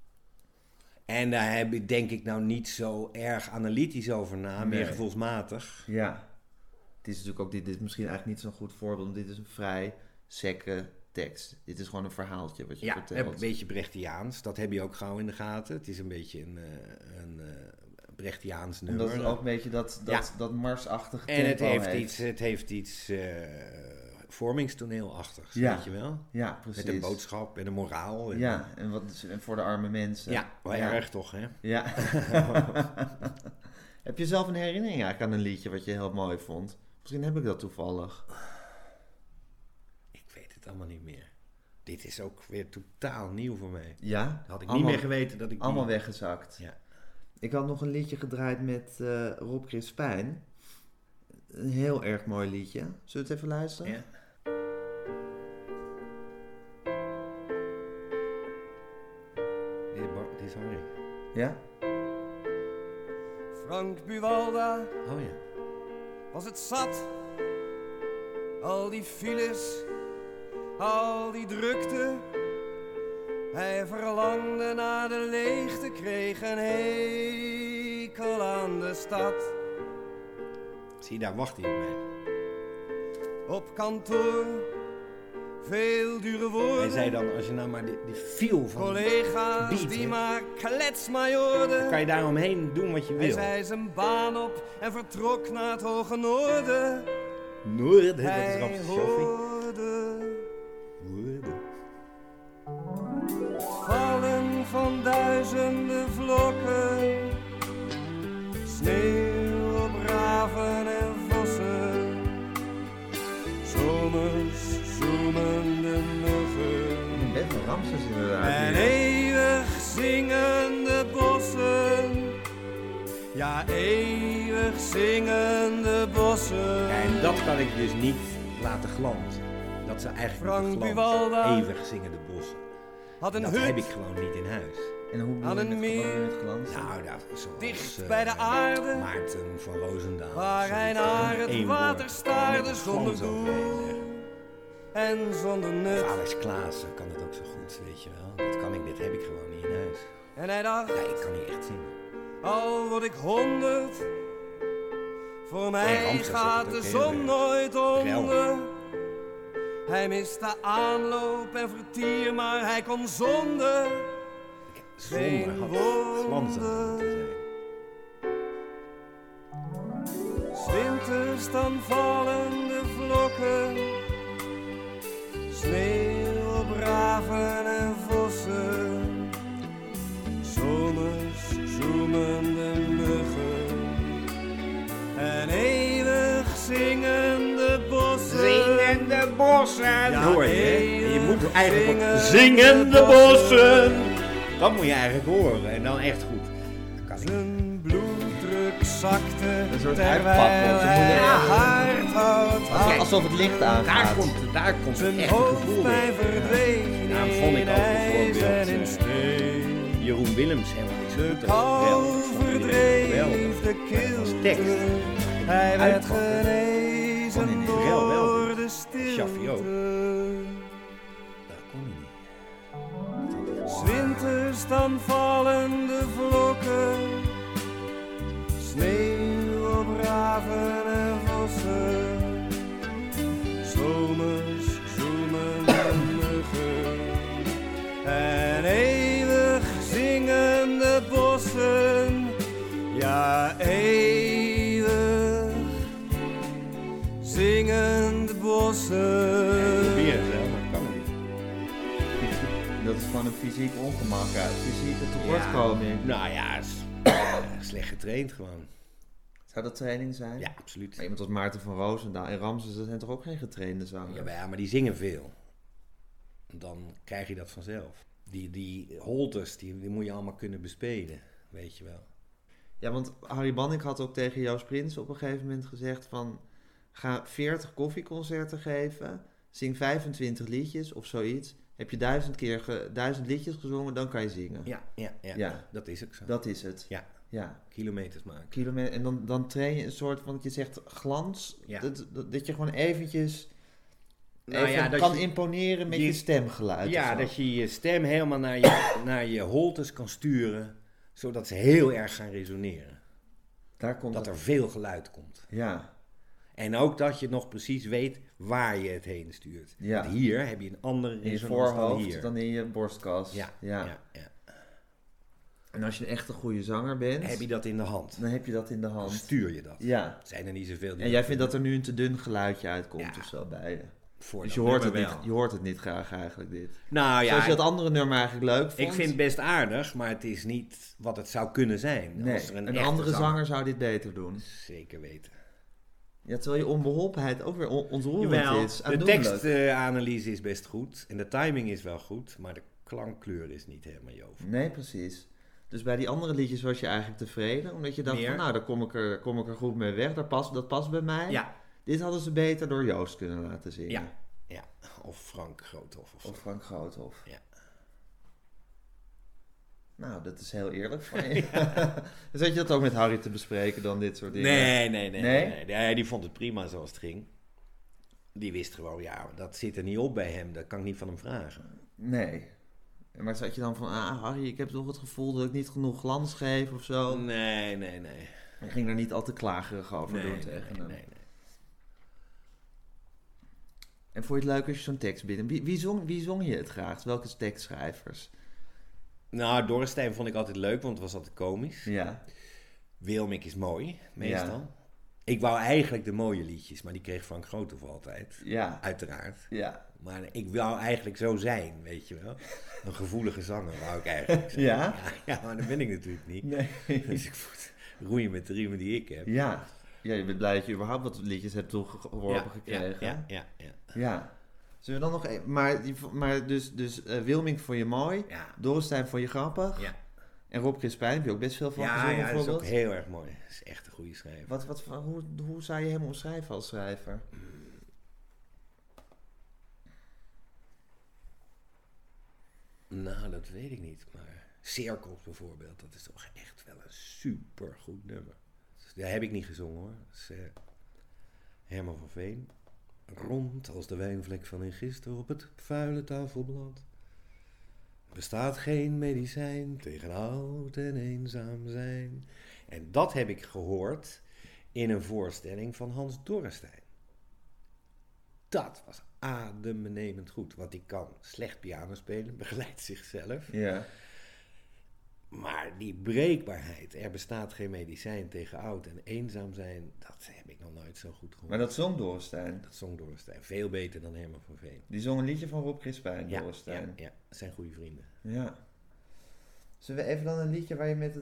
B: En daar heb ik denk ik nou niet zo erg analytisch over na,
A: Nee.
B: meer gevoelsmatig.
A: Ja. Het is natuurlijk ook, dit is misschien eigenlijk niet zo'n goed voorbeeld, want dit is een vrij secke tekst. Dit is gewoon een verhaaltje wat je
B: Ja,
A: vertelt.
B: een beetje Brechtiaans. Dat heb je ook gauw in de gaten. Het is een beetje een Brechtiaans nummer.
A: Omdat het ook een beetje dat marsachtige tempo
B: en het heeft iets vormingstoneelachtigs, weet je wel?
A: Ja, precies.
B: Met een boodschap en een moraal. En
A: Ja, en voor de arme mensen.
B: Ja, wel erg toch, hè?
A: Ja. Heb je zelf een herinnering eigenlijk aan een liedje wat je heel mooi vond? Misschien heb ik dat toevallig.
B: Ik weet het allemaal niet meer. Dit is ook weer totaal nieuw voor mij.
A: Ja?
B: Dat had ik
A: Allemaal-
B: niet meer geweten dat ik
A: Allemaal weggezakt.
B: Ja.
A: Ik had nog een liedje gedraaid met Rob Crispijn. Een heel erg mooi liedje. Zullen we het even luisteren?
B: Ja. Dit is Harry.
A: Ja?
C: Frank Buwalda
B: Oh ja.
C: was het zat. Al die files, al die drukte. Hij verlangde naar de leegte, kreeg een hekel aan de stad.
B: Zie, daar wacht hij op mij.
C: Op kantoor, veel dure woorden.
B: Hij zei dan, als je nou maar die feel van...
C: Collega's
B: beat,
C: die
B: hè?
C: maar kletsmajoorden.
B: kan je daaromheen doen wat je
C: Hij
B: wil.
C: zei zijn baan op en vertrok naar het hoge noorden.
B: Noorden, dat is
C: Hij
B: Ramse Shoffi.
C: hoorde
B: Noorden.
C: vallen van duizenden vlokken, sneeuw op raven en vossen, zomers zoemende muggen
A: Bent van Ramses inderdaad.
C: en
A: hier.
C: eeuwig zingende bossen. Ja, eeuwig zingende bossen.
B: En dat kan ik dus niet laten glanzen. Dat ze eigenlijk
C: Frank
B: moeten
C: Buwalda
B: glanzen. Eeuwig zingende bossen.
C: had een
B: Dat
C: hut
B: heb ik gewoon niet in huis.
A: En hoe
C: aan een meer.
A: met glans?
B: Nou, dat zoals,
C: dicht bij de aarde,
B: Maarten van Roosendaal.
C: waar hij naar het water staarde zonder doel en zonder nut.
B: Alex Klaassen kan het ook zo goed, weet je wel. Dit heb ik gewoon niet in huis.
C: En hij dacht,
B: Ja, ik kan niet echt zingen.
C: al word ik 100, voor
B: En
C: mij
B: Ramses
C: gaat
B: zegt
C: de
B: het ook
C: zon
B: heel
C: nooit onder.
B: Rel.
C: Hij miste aanloop en vertier, maar hij kon zonder geen
B: Zonder had glans aan
C: wonden.
B: moeten zijn.
C: 's winters dan vallen de vlokken, sneeuw op raven en vossen, zomers zoemende muggen en eeuwig zingende bossen.
B: Zingende bossen.
C: Ja,
B: hoor je, hè? En je moet
C: eeuwig
B: eigenlijk ook
C: zingende
B: zingende bossen.
C: bossen.
B: Dat moet je eigenlijk horen en dan echt goed. Dat kan ik.
C: Zijn bloeddruk zakte,
A: Een soort
C: terwijl
A: uitpakken op zijn
C: hij
A: moeder.
C: hard houdt.
A: Alsof het licht aangaat.
B: Daar komt
C: Zijn
B: echt een gevoel
C: hoofdpijn
B: door.
C: verdween
B: Daarom vond ik
C: in
B: ook
C: ijs en in
B: bijvoorbeeld
C: steen.
B: Jeroen Willems helemaal niet zo
C: De
B: goed als wel.
C: kou
B: Dat vond ik
C: verdreef
B: geweldig.
C: de
B: Als tekst.
C: kilte. Hij werd
B: Uitpakken.
C: genezen
A: Kon hij niet.
C: door
B: Wel.
C: de stilte.
B: Chaffee ook. Dat kon hij niet.
C: 's winters dan vallen de vlokken, sneeuw op raven en vossen. Zomers zoemen de muggen en eeuwig zingen de bossen. Ja, eeuwig zingen de bossen.
B: Probeer het wel, maar dat kan niet.
A: Dat is gewoon een fysiek ongemak, fysieke tekortkoming.
B: Nou ja, slecht getraind gewoon.
A: Zou dat training zijn?
B: Ja, absoluut.
A: Maar iemand als Maarten van Roosendaal en Ramses, dat zijn toch ook geen getrainde zangers?
B: Ja, maar die zingen veel. Dan krijg je dat vanzelf. Die holters, die moet je allemaal kunnen bespelen, weet je wel.
A: Ja, want Harry Bannink had ook tegen Joost Prins op een gegeven moment gezegd van... Ga 40 koffieconcerten geven, zing 25 liedjes of zoiets. Heb je 1000 liedjes gezongen, dan kan je zingen.
B: Ja. Dat is ook zo.
A: Dat is het. Ja.
B: Kilometers maken.
A: Kilometer. En dan train je een soort van, je zegt glans,
B: Ja.
A: dat je gewoon eventjes
B: Nou ja, dat
A: kan
B: je-
A: imponeren met je stemgeluid.
B: Ja,
A: of zo.
B: dat je je stem helemaal naar je holtes kan sturen, zodat ze heel erg gaan resoneren.
A: Daar komt
B: Dat
A: het.
B: er veel geluid komt.
A: Ja,
B: En ook dat je nog precies weet waar je het heen stuurt.
A: Ja.
B: Want hier heb je een andere
A: in je
B: resonans dan
A: voorhoofd
B: hier.
A: dan in je borstkas.
B: Ja.
A: En als je een echt een goede zanger bent,
B: Heb je dat in de hand?
A: dan heb je dat in de
B: Dan
A: hand.
B: stuur je dat.
A: Ja.
B: Zijn er niet zoveel die
A: En jij vindt dat er nu een te dun geluidje uitkomt
B: Ja.
A: of zo bij je.
B: voor
A: Dus
B: dat
A: je hoort, het
B: nummer
A: niet,
B: wel.
A: je hoort het niet graag eigenlijk, dit.
B: Nou ja,
A: Zoals je dat andere nummer eigenlijk leuk vond.
B: ik vind het best aardig, maar het is niet wat het zou kunnen zijn.
A: Nee,
B: Als er
A: een
B: echte
A: andere zanger zou dit beter doen.
B: Zeker weten.
A: Ja, terwijl je onbeholpenheid ook weer ontroerend
B: Jawel,
A: is.
B: de
A: Aandoenlijk.
B: tekstanalyse is best goed en de timing is wel goed, maar de klankkleur is niet helemaal Jover.
A: Nee, precies. Dus bij die andere liedjes was je eigenlijk tevreden, omdat je dacht
B: Meer.
A: van, nou, daar kom ik er goed mee weg, dat past bij mij.
B: Ja,
A: Dit hadden ze beter door Joost kunnen laten zingen.
B: ja. Of Frank Groothoff of zo.
A: Of Frank Groothoff.
B: Ja.
A: Nou, dat is heel eerlijk van je. Dus had je dat ook met Harry te bespreken dan, dit soort dingen?
B: Nee, die vond het prima zoals het ging. Die wist gewoon, ja, dat zit er niet op bij hem, dat kan ik niet van hem vragen.
A: Nee. Maar zat je dan van, Harry, ik heb toch het gevoel dat ik niet genoeg glans geef of zo?
B: Nee.
A: Je ging daar niet al te klagerig over doen tegen hem.
B: Nee.
A: En vond je het leuk als je zo'n tekst binnen... Wie zong je het graag? Welke tekstschrijvers?
B: Nou, Dorrestein vond ik altijd leuk, want het was altijd komisch.
A: Ja.
B: Wilmink is mooi, meestal.
A: Ja.
B: Ik wou eigenlijk de mooie liedjes, maar die kreeg Frank Groothoff altijd.
A: Ja.
B: Uiteraard.
A: Ja.
B: Maar ik wou eigenlijk zo zijn, weet je wel. Een gevoelige zanger wou ik eigenlijk zijn.
A: Ja?
B: Ja, maar dat ben ik natuurlijk niet.
A: Nee.
B: Dus ik moet roeien met de riemen die ik heb.
A: Ja. Ja, je bent blij dat je überhaupt wat liedjes hebt toegeworpen gekregen.
B: Ja.
A: Ja. Zullen we dan nog even... Maar dus Wilmink vond je mooi.
B: Ja.
A: Dorrestein vond je grappig.
B: Ja.
A: En Rob Crispijn heb je ook best veel van gezongen,
B: Ja, dat is ook
A: bijvoorbeeld.
B: heel erg mooi. Dat is echt een goede schrijver.
A: Hoe zou je hem omschrijven als schrijver?
B: Nou, dat weet ik niet. Maar Cirkels bijvoorbeeld, dat is toch echt wel een supergoed nummer. Dus daar heb ik niet gezongen hoor. Dat is Herman van Veen. Rond als de wijnvlek van een gister op het vuile tafelblad. Bestaat geen medicijn tegen oud en eenzaam zijn. En dat heb ik gehoord in een voorstelling van Hans Dorrestein. Dat was adembenemend goed, want die kan slecht piano spelen, begeleidt zichzelf.
A: Ja.
B: Maar die breekbaarheid, er bestaat geen medicijn tegen oud en eenzaam zijn, dat heb ik nog nooit zo goed gehoord.
A: Maar dat zong Dorrestein.
B: Dat zong Dorrestein, veel beter dan Herman van Veen.
A: Die zong een liedje van Rob Crispijn, Dorrestein.
B: Ja, dat zijn goede vrienden.
A: Ja. Zullen we even dan een liedje waar je met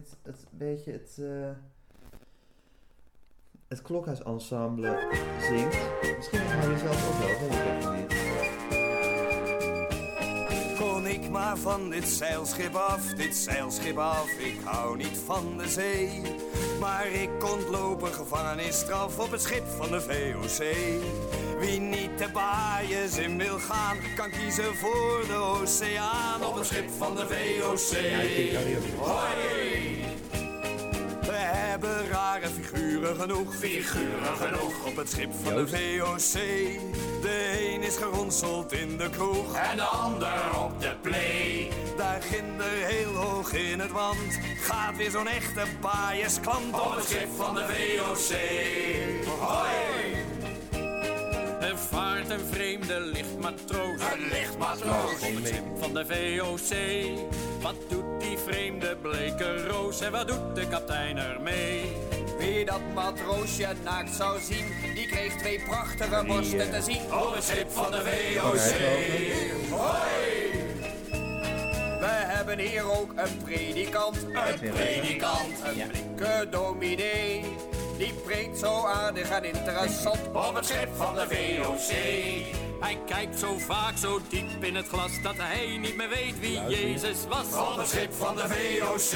A: het Klokhuisensemble zingt? Misschien hou je zelf ook wel, weet ik even niet.
C: Kon ik maar van dit zeilschip af, ik hou niet van de zee. Maar ik ontloop een gevangenisstraf op het schip van de VOC. Wie niet de baaiers in wil gaan, kan kiezen voor de oceaan op het schip van de VOC. Hoi! We hebben rare figuren genoeg op het schip van de VOC. De een is geronseld in de kroeg
E: En de ander op de play.
C: daar ginder heel hoog in het wand gaat weer zo'n echte baaiersklant op het schip van de VOC. Hoi!
F: Er vaart een vreemde lichtmatroos.
E: Een lichtmatroos.
F: Op het schip van de VOC. Wat doet die vreemde bleke roos? En wat doet de kapitein ermee?
C: Wie dat matroosje naakt zou zien, die kreeg 2 prachtige borsten te zien op het schip van de VOC. Hoi! We hebben hier ook een predikant, een flinke dominee. Die preekt zo aardig en interessant
E: Op het schip van de VOC.
F: Hij kijkt zo vaak zo diep in het glas dat hij niet meer weet wie Jezus was.
E: Op het schip van de VOC.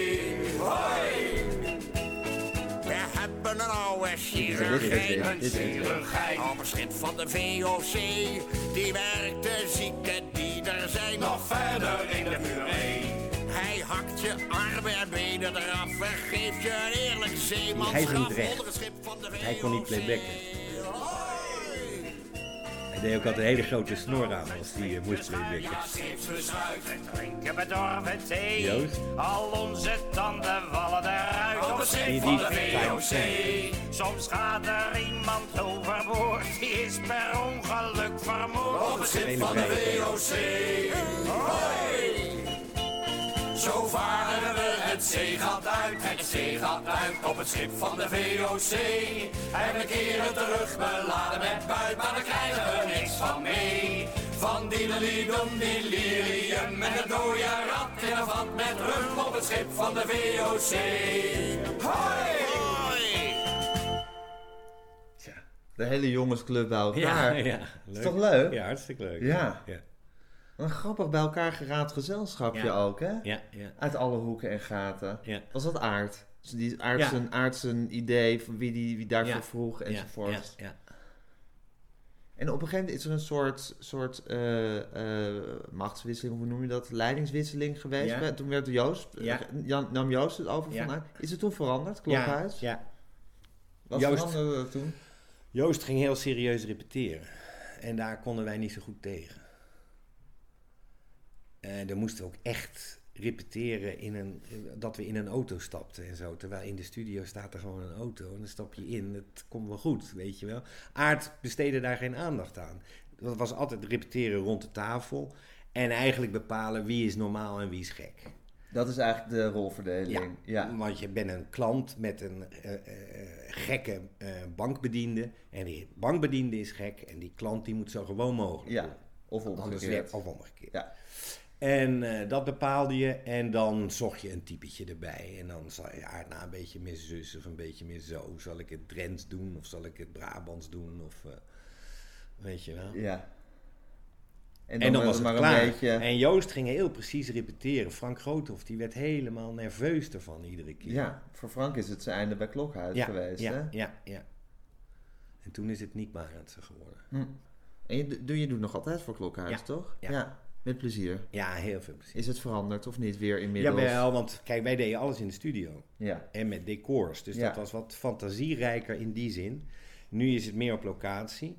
E: Hoi!
F: We hebben een oude chirurgijn.
E: Een chirurgijn.
F: Op het schip van de VOC. Die werkt de zieken die er zijn.
E: Nog verder in de puree.
F: Hij hakt je armen en benen eraf en geeft je een eerlijk
B: Hij is
F: zeemanschap
B: niet recht.
F: onder het schip van de VOC.
B: Hij kon niet playbacken.
F: Hoi!
B: Hij deed ook altijd een hele grote snor aan als hij moest playbacken.
E: Ja, schipsbeschuit.
G: Drinken bedorven thee.
B: Joost?
G: Al onze tanden vallen eruit
E: Op het schip
B: Die
E: van de
B: fijn
E: VOC.
G: Soms gaat er iemand overboord. Die is per ongeluk vermoord.
E: Op het schip van de VOC. Hoi! Zo varen we het zeegat uit op het schip van de VOC. En we keren terug, beladen met buit, maar daar krijgen we niks van mee. Van diddeliedom, delirium en een dode rat in een vat met rum op het schip van de VOC. Hoi!
A: Tja, de hele jongensclub bij elkaar.
B: Ja,
A: Is toch leuk?
B: Ja, hartstikke leuk.
A: Ja.
B: Ja,
A: Een grappig bij elkaar geraad gezelschapje
B: Ja.
A: ook, hè?
B: ja, ja.
A: Uit alle hoeken en gaten.
B: Ja.
A: Was dat Aard? Dus die
B: Ja.
A: Aard zijn idee van wie daarvoor
B: Ja.
A: vroeg enzovoort.
B: Ja, ja.
A: En op een gegeven moment is er een soort machtswisseling, hoe noem je dat? Leidingswisseling geweest.
B: Ja.
A: Toen werd Joost,
B: Ja.
A: nam Joost het over
B: Ja.
A: van Aard. Is het toen veranderd, Klokhuis?
B: Ja.
A: Wat
B: Joost.
A: veranderde er toen?
B: Joost ging heel serieus repeteren. En daar konden wij niet zo goed tegen. Dan moesten we ook echt repeteren dat we in een auto stapten en zo. Terwijl in de studio staat er gewoon een auto en dan stap je in. Het komt wel goed, weet je wel. Aard besteedde daar geen aandacht aan. Dat was altijd repeteren rond de tafel. En eigenlijk bepalen wie is normaal en wie is gek.
A: Dat is eigenlijk de rolverdeling. Ja.
B: Want je bent een klant met een gekke bankbediende. En die bankbediende is gek. En die klant die moet zo gewoon mogelijk
A: Ja.
B: doen.
A: Of
B: Anders
A: omgekeerd.
B: of omgekeerd.
A: Ja.
B: En dat bepaalde je. En dan zocht je een typetje erbij. En dan zal je een beetje meer zus of een beetje meer zo. Zal ik het Drents doen of zal ik het Brabants doen? Of weet je wel.
A: Ja.
B: En dan was het
A: maar
B: klaar.
A: een beetje...
B: En Joost ging heel precies repeteren. Frank Groothoff, die werd helemaal nerveus ervan iedere keer.
A: Ja, voor Frank is het zijn einde bij Klokhuis geweest, hè?
B: Ja. En toen is het Niek Barendse geworden.
A: En je doet nog altijd voor Klokhuis,
B: Ja.
A: toch?
B: Ja.
A: Met plezier.
B: Ja, heel veel plezier.
A: Is het veranderd of niet weer inmiddels?
B: Jawel, want kijk, wij deden alles in de studio.
A: Ja.
B: En met decors. Dus
A: Ja.
B: dat was wat fantasierijker in die zin. Nu is het meer op locatie.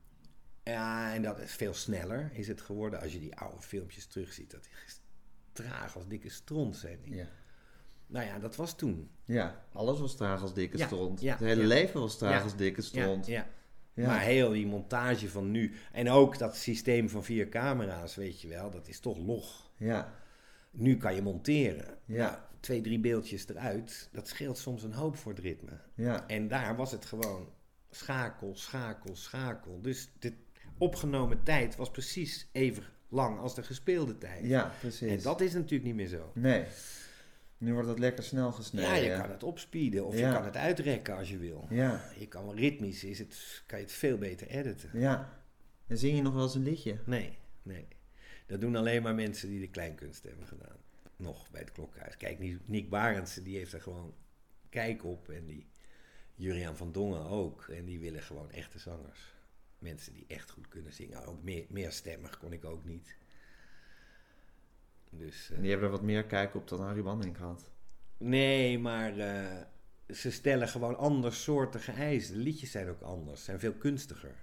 B: Ja, en dat is veel sneller is het geworden. Als je die oude filmpjes terugziet, dat is traag als dikke stront zijn die.
A: Ja.
B: Nou ja, dat was toen.
A: Ja, alles was traag als dikke
B: Ja,
A: stront.
B: ja,
A: Het hele
B: ja.
A: leven was traag
B: Ja,
A: als dikke stront.
B: Ja.
A: Ja.
B: Maar heel die montage van nu. En ook dat systeem van 4 camera's, weet je wel. Dat is toch log.
A: Ja.
B: Nu kan je monteren.
A: Ja.
B: Nou, 2-3 beeldjes eruit. Dat scheelt soms een hoop voor het ritme.
A: Ja.
B: En daar was het gewoon schakel. Dus de opgenomen tijd was precies even lang als de gespeelde tijd.
A: Ja, precies.
B: En dat is natuurlijk niet meer zo.
A: Nee. Nu wordt dat lekker snel gesneden.
B: Ja, je kan het opspeeden of
A: Ja.
B: je kan het uitrekken als je wil.
A: Ja.
B: Je kan ritmisch, kan je het veel beter editen.
A: Ja. En zing je nog wel eens een liedje?
B: Nee. Dat doen alleen maar mensen die de kleinkunst hebben gedaan. Nog bij het Klokhuis. Kijk, Niek Barendse, die heeft er gewoon kijk op. En die Juriaan van Dongen ook. En die willen gewoon echte zangers. Mensen die echt goed kunnen zingen. Ook meerstemmig kon ik ook niet. Dus,
A: En die hebben er wat meer kijk op dan Harry Banning had.
B: Nee, maar ze stellen gewoon andersoortige eisen. De liedjes zijn ook anders. Zijn veel kunstiger.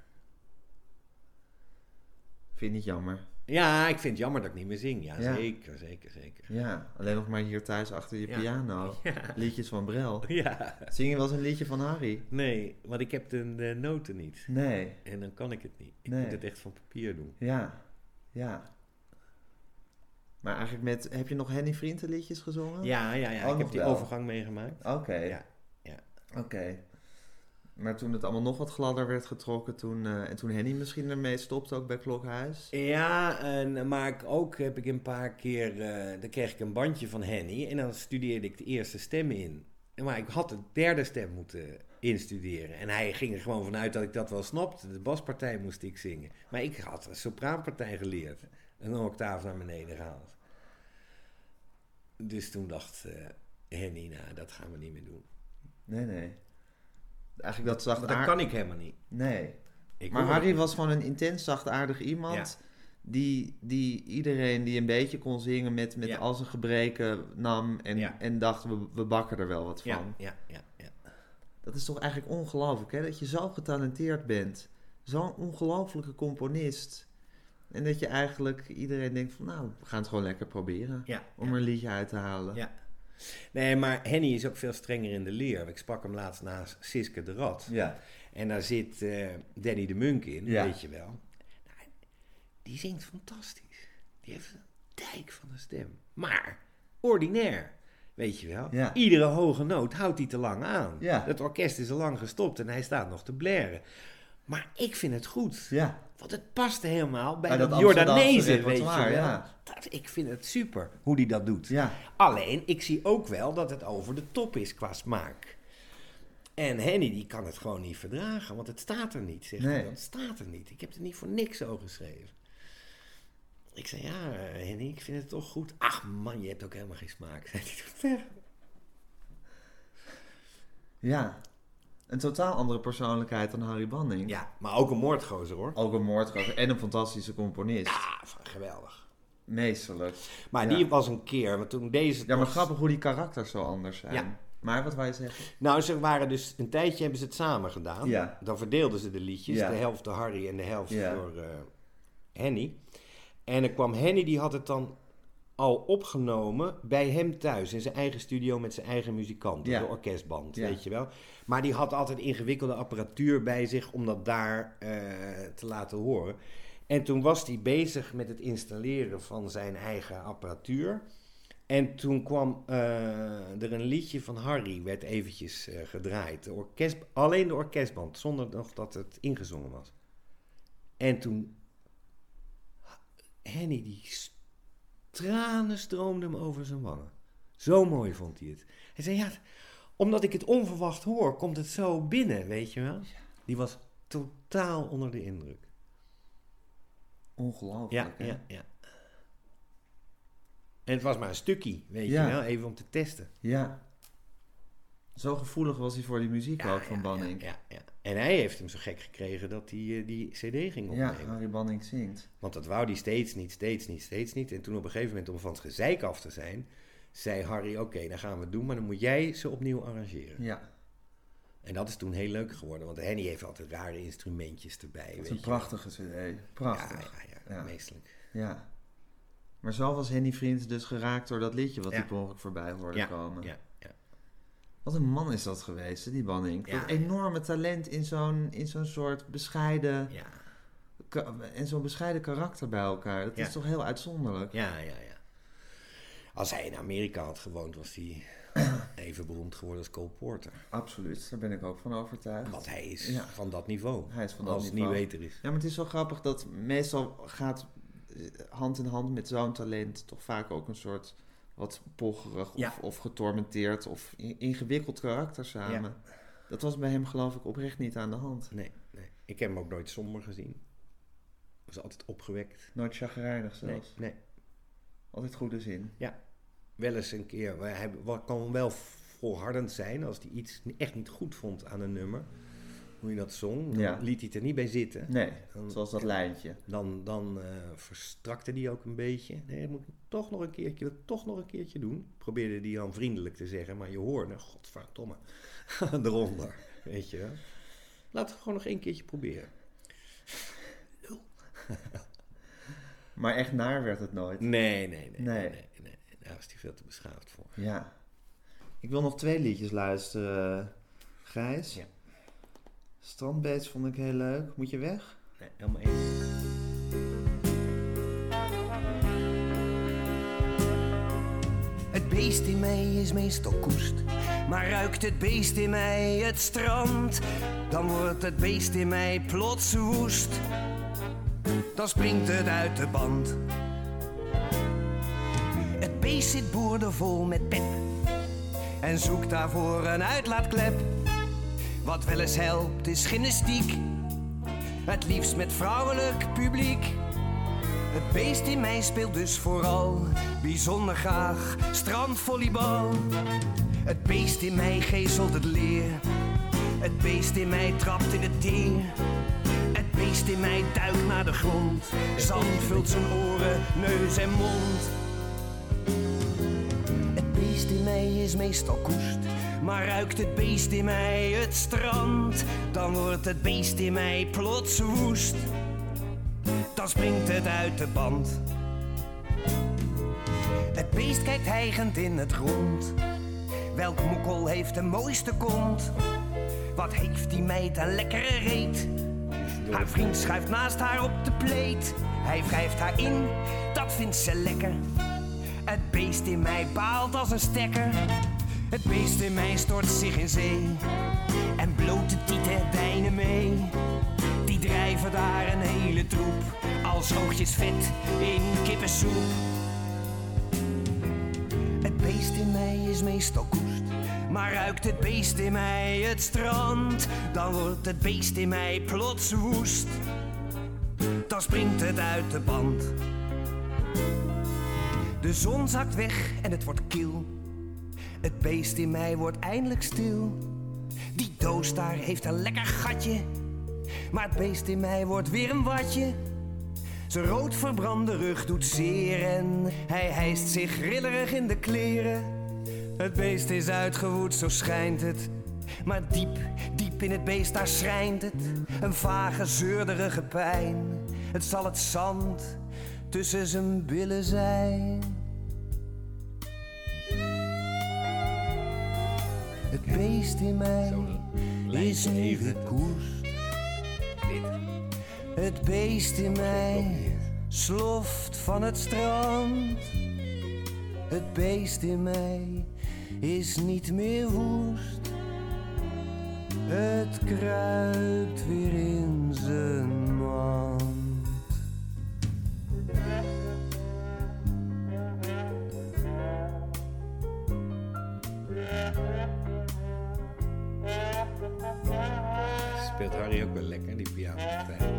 A: Vind je niet jammer?
B: Ja, ik vind het jammer dat ik niet meer zing. Ja,
A: Ja.
B: Zeker.
A: Ja, alleen nog maar hier thuis achter je piano.
B: Ja.
A: Liedjes van Brel.
B: Ja.
A: Zing je wel eens een liedje van Harry?
B: Nee, want ik heb de noten niet.
A: Nee.
B: En dan kan ik het niet. Ik
A: Nee.
B: moet het echt van papier doen.
A: Ja. Maar eigenlijk heb je nog Henny Vrienden liedjes gezongen?
B: Ja.
A: Oh,
B: Ik
A: nog
B: heb die
A: wel.
B: overgang meegemaakt.
A: Oké.
B: Ja.
A: Oké. Maar toen het allemaal nog wat gladder werd getrokken, en toen Henny misschien ermee stopte, ook bij Klokhuis?
B: Ja, maar heb ik een paar keer... dan kreeg ik een bandje van Henny en dan studeerde ik de eerste stem in. Maar ik had de derde stem moeten instuderen. En hij ging er gewoon vanuit dat ik dat wel snapte. De baspartij moest ik zingen. Maar ik had een sopraanpartij geleerd. Een octaaf naar beneden gehaald. Dus toen dacht Henny, nou, dat gaan we niet meer doen.
A: Nee. Eigenlijk dat zacht
B: Maar dat kan ik helemaal niet.
A: Nee.
B: Ik
A: Maar
B: hoor
A: Harry
B: het.
A: was gewoon een intens zachtaardig iemand. Die iedereen die een beetje kon zingen met al zijn gebreken nam en dacht, we bakken er wel wat van.
B: Ja.
A: Dat is toch eigenlijk ongelooflijk, hè? Dat je zo getalenteerd bent. Zo'n ongelofelijke componist. En dat je eigenlijk iedereen denkt van, nou, we gaan het gewoon lekker proberen. Om er een liedje uit te halen.
B: Ja. Nee, maar Henny is ook veel strenger in de leer. Ik sprak hem laatst naast Siske de Rad.
A: Ja.
B: En daar zit Danny de Munk in,
A: Ja.
B: weet je wel. Nou, die zingt fantastisch. Die heeft een dijk van een stem. Maar ordinair, weet je wel.
A: Ja.
B: Iedere hoge noot houdt hij te lang aan.
A: Ja.
B: Het orkest is al lang gestopt en hij staat nog te blaren. Maar ik vind het goed.
A: Ja.
B: Want het past helemaal bij
A: Bij
B: dat
A: dat
B: Jordanezen,
A: Amsterdamse
B: weet je wel.
A: repertoire, ja.
B: Ik vind het super hoe die dat doet.
A: Ja.
B: Alleen, ik zie ook wel dat het over de top is qua smaak. En Henny, die kan het gewoon niet verdragen, want het staat er niet. Zegt hij, het staat er niet. Ik heb het niet voor niks zo geschreven. Ik zei, ja, Henny, ik vind het toch goed. Ach man, je hebt ook helemaal geen smaak, zei hij toen.
A: Ja. Een totaal andere persoonlijkheid dan Harry Banning.
B: Ja, maar ook een moordgozer, hoor.
A: Ook een moordgozer en een fantastische componist.
B: Ja, geweldig.
A: Meesterlijk.
B: Maar die was een keer, want toen deze...
A: Ja, maar grappig hoe die karakters zo anders zijn.
B: Ja.
A: Maar wat wou je zeggen?
B: Nou, ze waren dus een tijdje hebben ze het samen gedaan.
A: Ja.
B: Dan verdeelden ze de liedjes.
A: Ja.
B: De helft door Harry en de helft
A: Ja.
B: door Henny. En dan kwam Henny, die had het dan al opgenomen bij hem thuis. In zijn eigen studio met zijn eigen muzikanten.
A: Ja.
B: De orkestband,
A: Ja.
B: weet je wel. Maar die had altijd ingewikkelde apparatuur bij zich om dat daar te laten horen. En toen was hij bezig met het installeren van zijn eigen apparatuur. En toen kwam er een liedje van Harry, werd eventjes gedraaid. Alleen de orkestband, zonder nog dat het ingezongen was. En toen... Henny, die tranen stroomden hem over zijn wangen. Zo mooi vond hij het. Hij zei, ja, omdat ik het onverwacht hoor, komt het zo binnen, weet je wel. Die was totaal onder de indruk.
A: Ongelooflijk, hè?
B: Ja. En het was maar een stukje, weet je wel, even om te testen.
A: Ja. Zo gevoelig was hij voor die muziek ook van Banning.
B: Ja. En hij heeft hem zo gek gekregen dat hij die cd ging opnemen.
A: Ja, Harry Banning zingt.
B: Want dat wou hij steeds niet. En toen op een gegeven moment, om van het gezeik af te zijn, zei Harry, oké, dan gaan we het doen, maar dan moet jij ze opnieuw arrangeren.
A: Ja.
B: En dat is toen heel leuk geworden, want Henny heeft altijd rare instrumentjes erbij.
A: Het is een prachtige cd. Prachtig.
B: Ja, meestelijk.
A: Ja. Maar zo was Henny Vriends dus geraakt door dat liedje wat hij per ongeluk voorbij hoorde komen.
B: Ja.
A: Wat een man is dat geweest, hè, die Banning.
B: Ja.
A: Dat enorme talent in zo'n soort bescheiden... en zo'n bescheiden karakter bij elkaar. Dat is toch heel uitzonderlijk?
B: Ja. Als hij in Amerika had gewoond, was hij even beroemd geworden als Cole Porter.
A: Absoluut, daar ben ik ook van overtuigd.
B: Want hij is van dat niveau.
A: Hij is van dat
B: als
A: niveau.
B: het niet beter is.
A: Ja, maar het is zo grappig dat meestal gaat hand in hand met zo'n talent toch vaak ook een soort wat pocherig of getormenteerd of ingewikkeld karakter samen. Ja. Dat was bij hem geloof ik oprecht niet aan de hand.
B: Nee. Ik heb hem ook nooit somber gezien. Hij was altijd opgewekt.
A: Nooit chagrijnig zelfs?
B: Nee.
A: Altijd goede zin?
B: Ja. Wel eens een keer. Hij kan wel volhardend zijn. Als hij iets echt niet goed vond aan een nummer, hoe je dat zong,
A: Ja.
B: dan liet hij het er niet bij zitten.
A: Nee,
B: Dan-
A: zoals dat lijntje.
B: Dan verstrakte die ook een beetje. Nee, dat moet ik toch nog een keertje doen. Probeerde die dan vriendelijk te zeggen, maar je hoorde, godverdomme, eronder, weet je wel. Laten we gewoon nog 1 keertje proberen.
A: Maar echt naar werd het nooit.
B: Nee. Daar was hij veel te beschaafd voor.
A: Ja. Ik wil nog 2 liedjes luisteren, Gijs.
B: Ja.
A: Strandbeest vond ik heel leuk. Moet je weg?
B: Nee, helemaal eens.
C: Het beest in mij is meestal koest, maar ruikt het beest in mij het strand, dan wordt het beest in mij plots woest. Dan springt het uit de band. Het beest zit boordevol met pep en zoekt daarvoor een uitlaatklep. Wat wel eens helpt is gymnastiek, het liefst met vrouwelijk publiek. Het beest in mij speelt dus vooral bijzonder graag strandvolleybal. Het beest in mij geeselt het leer, het beest in mij trapt in het teer. Het beest in mij duikt naar de grond, zand vult zijn oren, neus en mond. Het beest in mij is meestal koest, maar ruikt het beest in mij het strand, dan wordt het beest in mij plots woest. Dan springt het uit de band. Het beest kijkt hijgend in het rond. Welk mokkel heeft de mooiste kont? Wat heeft die meid een lekkere reet? Haar vriend schuift naast haar op de pleet. Hij wrijft haar in, dat vindt ze lekker. Het beest in mij baalt als een stekker. Het beest in mij stort zich in zee en bloot de tieten deinen mee. Die drijven daar een hele troep als oogjes vet in kippensoep. Het beest in mij is meestal koest, maar ruikt het beest in mij het strand, dan wordt het beest in mij plots woest. Dan springt het uit de band. De zon zakt weg en het wordt kil. Het beest in mij wordt eindelijk stil. Die doos daar heeft een lekker gatje, maar het beest in mij wordt weer een watje. Zijn rood verbrande rug doet zeer en hij hijst zich rillerig in de kleren. Het beest is uitgewoed, zo schijnt het, maar diep in het beest daar schrijnt het. Een vage, zeurderige pijn, het zal het zand tussen zijn billen zijn. Het beest in mij is nu gekoest. Het beest in mij sloft van het strand. Het beest in mij is niet meer woest. Het kruipt weer in zijn mand.
B: Speelt Harry ook wel lekker, die pianopartij.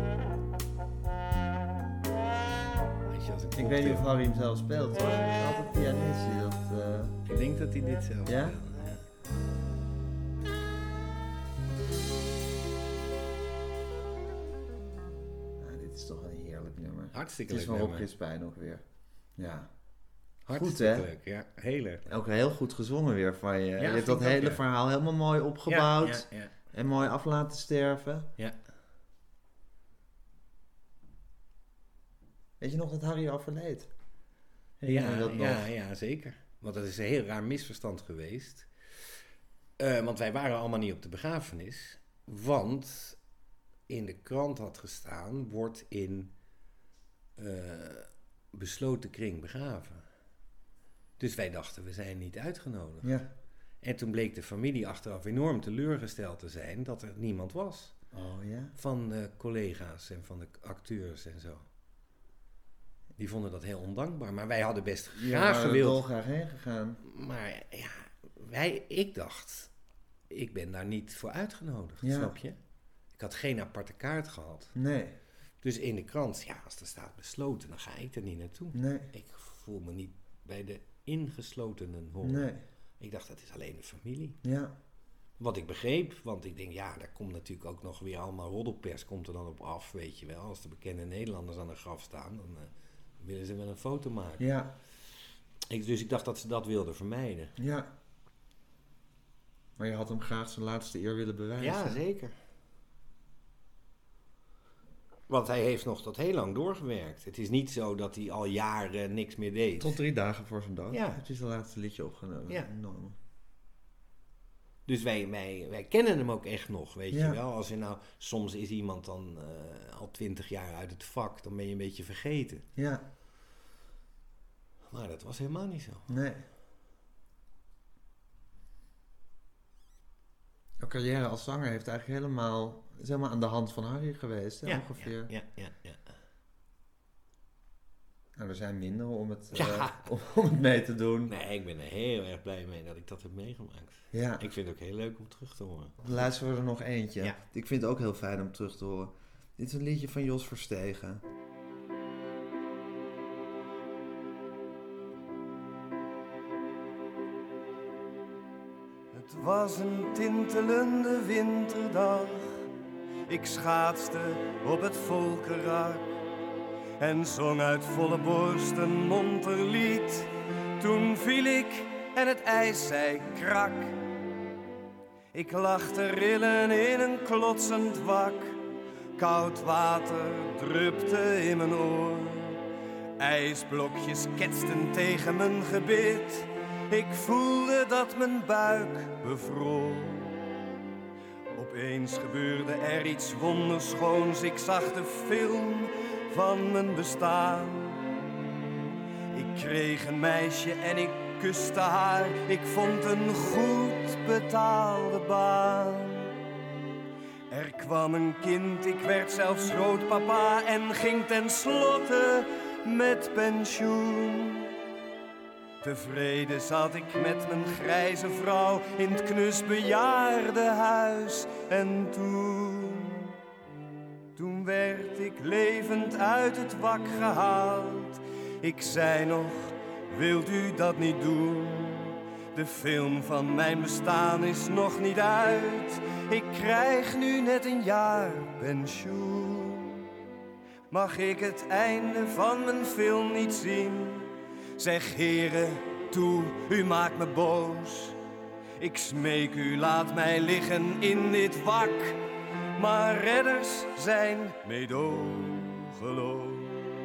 B: Weet je, als
A: Ik weet niet of Harry hem zelf speelt hoor. Het is altijd pianist die dat...
B: Ik denk dat hij dit zelf
A: Ja?
B: speelt, ja.
A: Nou, dit is toch een heerlijk nummer.
B: Hartstikke
A: Het is
B: leuk
A: van Rob
B: nummer.
A: Crispijn ook weer. Ja.
B: Hartstikke
A: hè?
B: leuk, ja. Heel leuk.
A: Ook heel goed gezongen weer van je. Je hebt
B: vind
A: dat
B: ik ook,
A: hele
B: ja.
A: verhaal helemaal mooi opgebouwd.
B: Ja.
A: En mooi af laten sterven.
B: Ja.
A: Weet je nog dat Harry overleed? Herinner je dat nog?
B: Ja, zeker. Want dat is een heel raar misverstand geweest. Want wij waren allemaal niet op de begrafenis. Want in de krant had gestaan, wordt in besloten kring begraven. Dus wij dachten, we zijn niet uitgenodigd.
A: Ja.
B: En toen bleek de familie achteraf enorm teleurgesteld te zijn dat er niemand was.
A: Oh ja?
B: Van de collega's en van de acteurs en zo. Die vonden dat heel ondankbaar. Maar wij hadden best graag gewild.
A: dolgraag heen gegaan.
B: Maar ja, ik dacht, ik ben daar niet voor uitgenodigd,
A: Ja.
B: snap je? Ik had geen aparte kaart gehad.
A: Nee.
B: Dus in de krant, ja, als er staat besloten, dan ga ik er niet naartoe.
A: Nee.
B: Ik voel me niet bij de ingeslotenen horen.
A: Nee.
B: Ik dacht, dat is alleen de familie.
A: Ja.
B: Wat ik begreep, want ik denk, ja, daar komt natuurlijk ook nog weer allemaal roddelpers komt er dan op af, weet je wel. Als de bekende Nederlanders aan een graf staan, dan willen ze wel een foto maken.
A: Ja.
B: Dus ik dacht dat ze dat wilden vermijden.
A: Ja. Maar je had hem graag zijn laatste eer willen bewijzen.
B: Ja, zeker. Want hij heeft nog tot heel lang doorgewerkt. Het is niet zo dat hij al jaren niks meer deed.
A: Tot 3 dagen voor zijn dood.
B: Ja.
A: Heb je zijn laatste liedje opgenomen.
B: Ja.
A: Genomen.
B: Dus wij kennen hem ook echt nog, weet
A: Ja.
B: je wel. Als je nou, soms is iemand dan al 20 jaar uit het vak, dan ben je een beetje vergeten.
A: Ja.
B: Maar dat was helemaal niet zo.
A: Nee. Jouw carrière als zanger heeft eigenlijk is helemaal aan de hand van Harry geweest, hè, ongeveer.
B: Ja.
A: Nou, er zijn minder om het,
B: Ja.
A: om het mee te doen.
B: Nee, ik ben er heel erg blij mee dat ik dat heb meegemaakt.
A: Ja.
B: Ik vind het ook heel leuk om terug te horen.
A: Dan luisteren we er nog eentje.
B: Ja.
A: Ik vind het ook heel fijn om terug te horen. Dit is een liedje van Jos Verstegen.
C: Het was een tintelende winterdag. Ik schaatste op het Volkerak en zong uit volle borst een monter lied. Toen viel ik en het ijs zei krak. Ik lag te rillen in een klotsend wak. Koud water drupte in mijn oor. Ijsblokjes ketsten tegen mijn gebit. Ik voelde dat mijn buik bevroor. Opeens gebeurde er iets wonderschoons. Ik zag de film van mijn bestaan. Ik kreeg een meisje en ik kuste haar. Ik vond een goed betaalde baan. Er kwam een kind, ik werd zelfs grootpapa en ging tenslotte met pensioen. Tevreden zat ik met mijn grijze vrouw in het knus bejaardenhuis. En toen werd ik levend uit het wak gehaald. Ik zei nog, wilt u dat niet doen? De film van mijn bestaan is nog niet uit. Ik krijg nu net een jaar pensioen. Mag ik het einde van mijn film niet zien? Zeg heren, toe, u maakt me boos. Ik smeek u, laat mij liggen in dit wak. Maar redders zijn meedogenloos.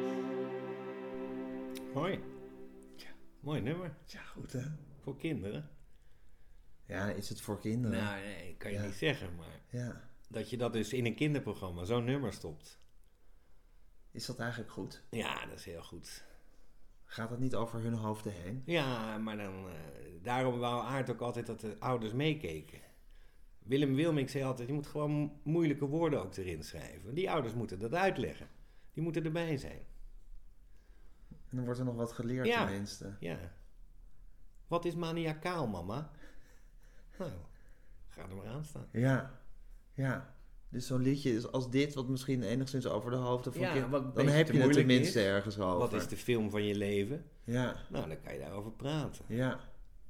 B: Mooi. Ja. Mooi nummer.
A: Ja, goed hè?
B: Voor kinderen.
A: Ja, is het voor kinderen?
B: Nou, nee, kan je
A: Ja.
B: niet zeggen, maar
A: Ja.
B: dat je dat dus in een kinderprogramma zo'n nummer stopt.
A: Is dat eigenlijk goed?
B: Ja, dat is heel goed.
A: Gaat het niet over hun hoofden heen?
B: Ja, maar dan, daarom wou Aart ook altijd dat de ouders meekeken. Willem Wilmink zei altijd, je moet gewoon moeilijke woorden ook erin schrijven. Die ouders moeten dat uitleggen. Die moeten erbij zijn.
A: En dan wordt er nog wat geleerd
B: Ja.
A: tenminste.
B: Ja. Wat is maniakaal, mama? Nou, ga er maar aan staan.
A: Ja, ja. Dus zo'n liedje is als dit, wat misschien enigszins over de hoofden van
B: Ja,
A: kinderen...
B: wat
A: Dan
B: beetje
A: heb
B: te
A: je het
B: moeilijk
A: tenminste
B: is.
A: ergens over.
B: Wat is de film van je leven?
A: Ja,
B: Nou, dan kan je daarover praten.
A: ja.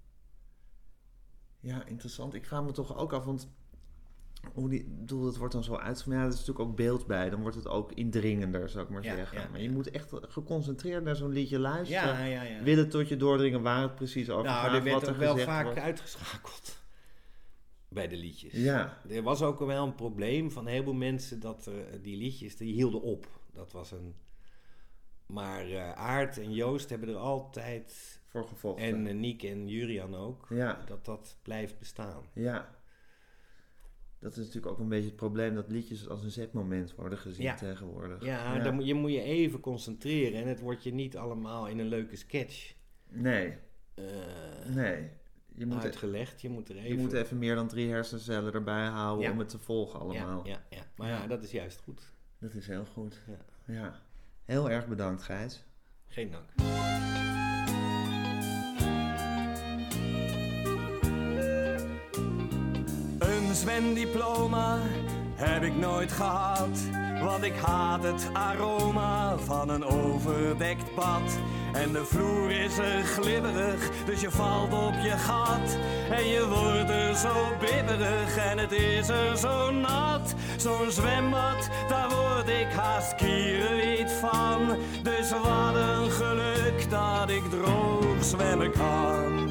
A: Ja, interessant. Ik vraag me toch ook af, want... het wordt dan zo uitgemaakt. Ja, er is natuurlijk ook beeld bij. Dan wordt het ook indringender, zou ik maar
B: Ja,
A: zeggen.
B: ja,
A: maar
B: ja.
A: je moet echt geconcentreerd naar zo'n liedje luisteren.
B: Ja.
A: Willen tot je doordringen waar het precies over
B: Nou,
A: gaat.
B: er werd
A: wat
B: ook
A: er
B: wel
A: gezegd
B: vaak
A: wordt.
B: uitgeschakeld. Bij de liedjes.
A: Ja,
B: Er was ook wel een probleem van een heleboel mensen dat die liedjes, die hielden op. Dat was een... Maar Aart en Joost hebben er altijd,
A: voor gevolgd.
B: en Niek en Jurian ook,
A: Ja.
B: dat blijft bestaan.
A: Ja. Dat is natuurlijk ook een beetje het probleem dat liedjes als een zetmoment worden gezien
B: Ja.
A: tegenwoordig.
B: Ja, dan moet je even concentreren en het wordt je niet allemaal in een leuke sketch
A: Nee, nee. Je moet,
B: uitgelegd. Je moet er even...
A: je moet even meer dan 3 hersencellen erbij houden
B: Ja.
A: om het te volgen allemaal.
B: Ja. Maar ja, dat is juist goed.
A: Dat is heel goed.
B: Ja.
A: Ja. Heel erg bedankt, Gijs.
B: Geen dank.
C: Een zwemdiploma heb ik nooit gehad. Want ik haat het aroma van een overdekt bad. En de vloer is er glibberig, dus je valt op je gat. En je wordt er zo bibberig en het is er zo nat. Zo'n zwembad, daar word ik haast kierenwiet van. Dus wat een geluk dat ik droog zwemmen kan.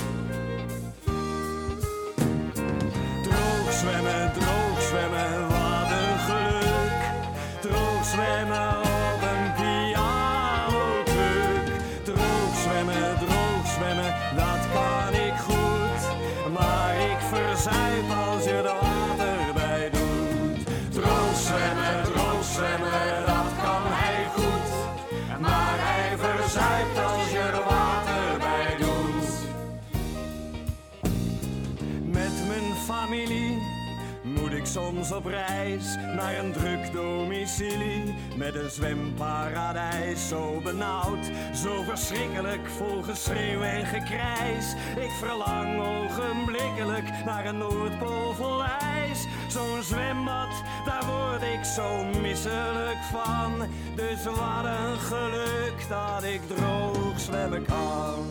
C: Droog zwemmen, wat een geluk. Droog zwemmen op een pianokruk. Droog zwemmen, dat kan ik goed. Maar ik verzuip als je er water bij doet. Droog zwemmen, dat kan hij goed. Maar hij verzuipt als je er water bij doet. Met mijn familie moet ik soms op reis naar een druk domicilie. Met een zwemparadijs, zo benauwd, zo verschrikkelijk, vol geschreeuw en gekrijs. Ik verlang ogenblikkelijk naar een Noordpool vol ijs. Zo'n zwembad, daar word ik zo misselijk van. Dus wat een geluk dat ik droog zwemmen kan.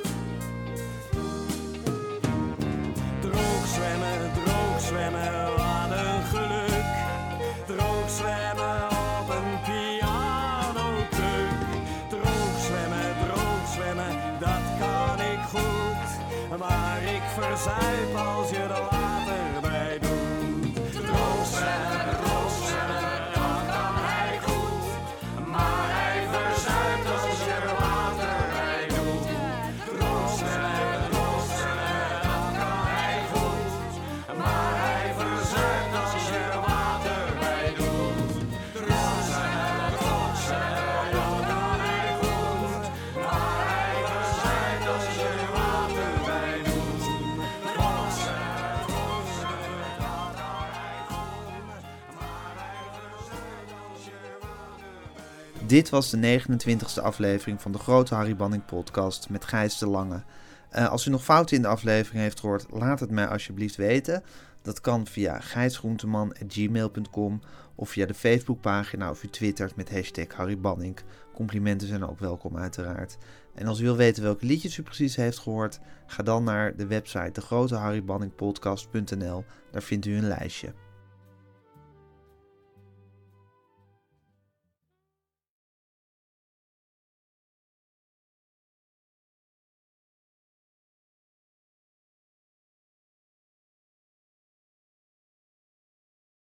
C: Droog zwemmen, wat een geluk. Droog zwemmen op een pianokruk. Droog zwemmen, dat kan ik goed. Maar ik verzuip als je er water bij doet. Droog zwemmen, dat kan hij goed. Maar hij verzuipt als je er water bij doet. Droog zwemmen, dat kan hij goed. Maar hij verzuipt als je er water bij doet. Droog zwemmen, dat kan hij goed. Maar hij verzuipt als je er water bij doet. Droog zwemmen, dat kan hij goed. Maar hij verzuipt als je er water bij doet.
A: Dit was de 29e aflevering van de Grote Harry Banning podcast met Gijs de Lange. Als u nog fouten in de aflevering heeft gehoord, laat het mij alsjeblieft weten. Dat kan via gijsgroenteman@gmail.com of via de Facebookpagina of u twittert met #Harry Banning. Complimenten zijn ook welkom uiteraard. En als u wil weten welke liedjes u precies heeft gehoord, ga dan naar de website degroteharrybanningpodcast.nl. Daar vindt u een lijstje.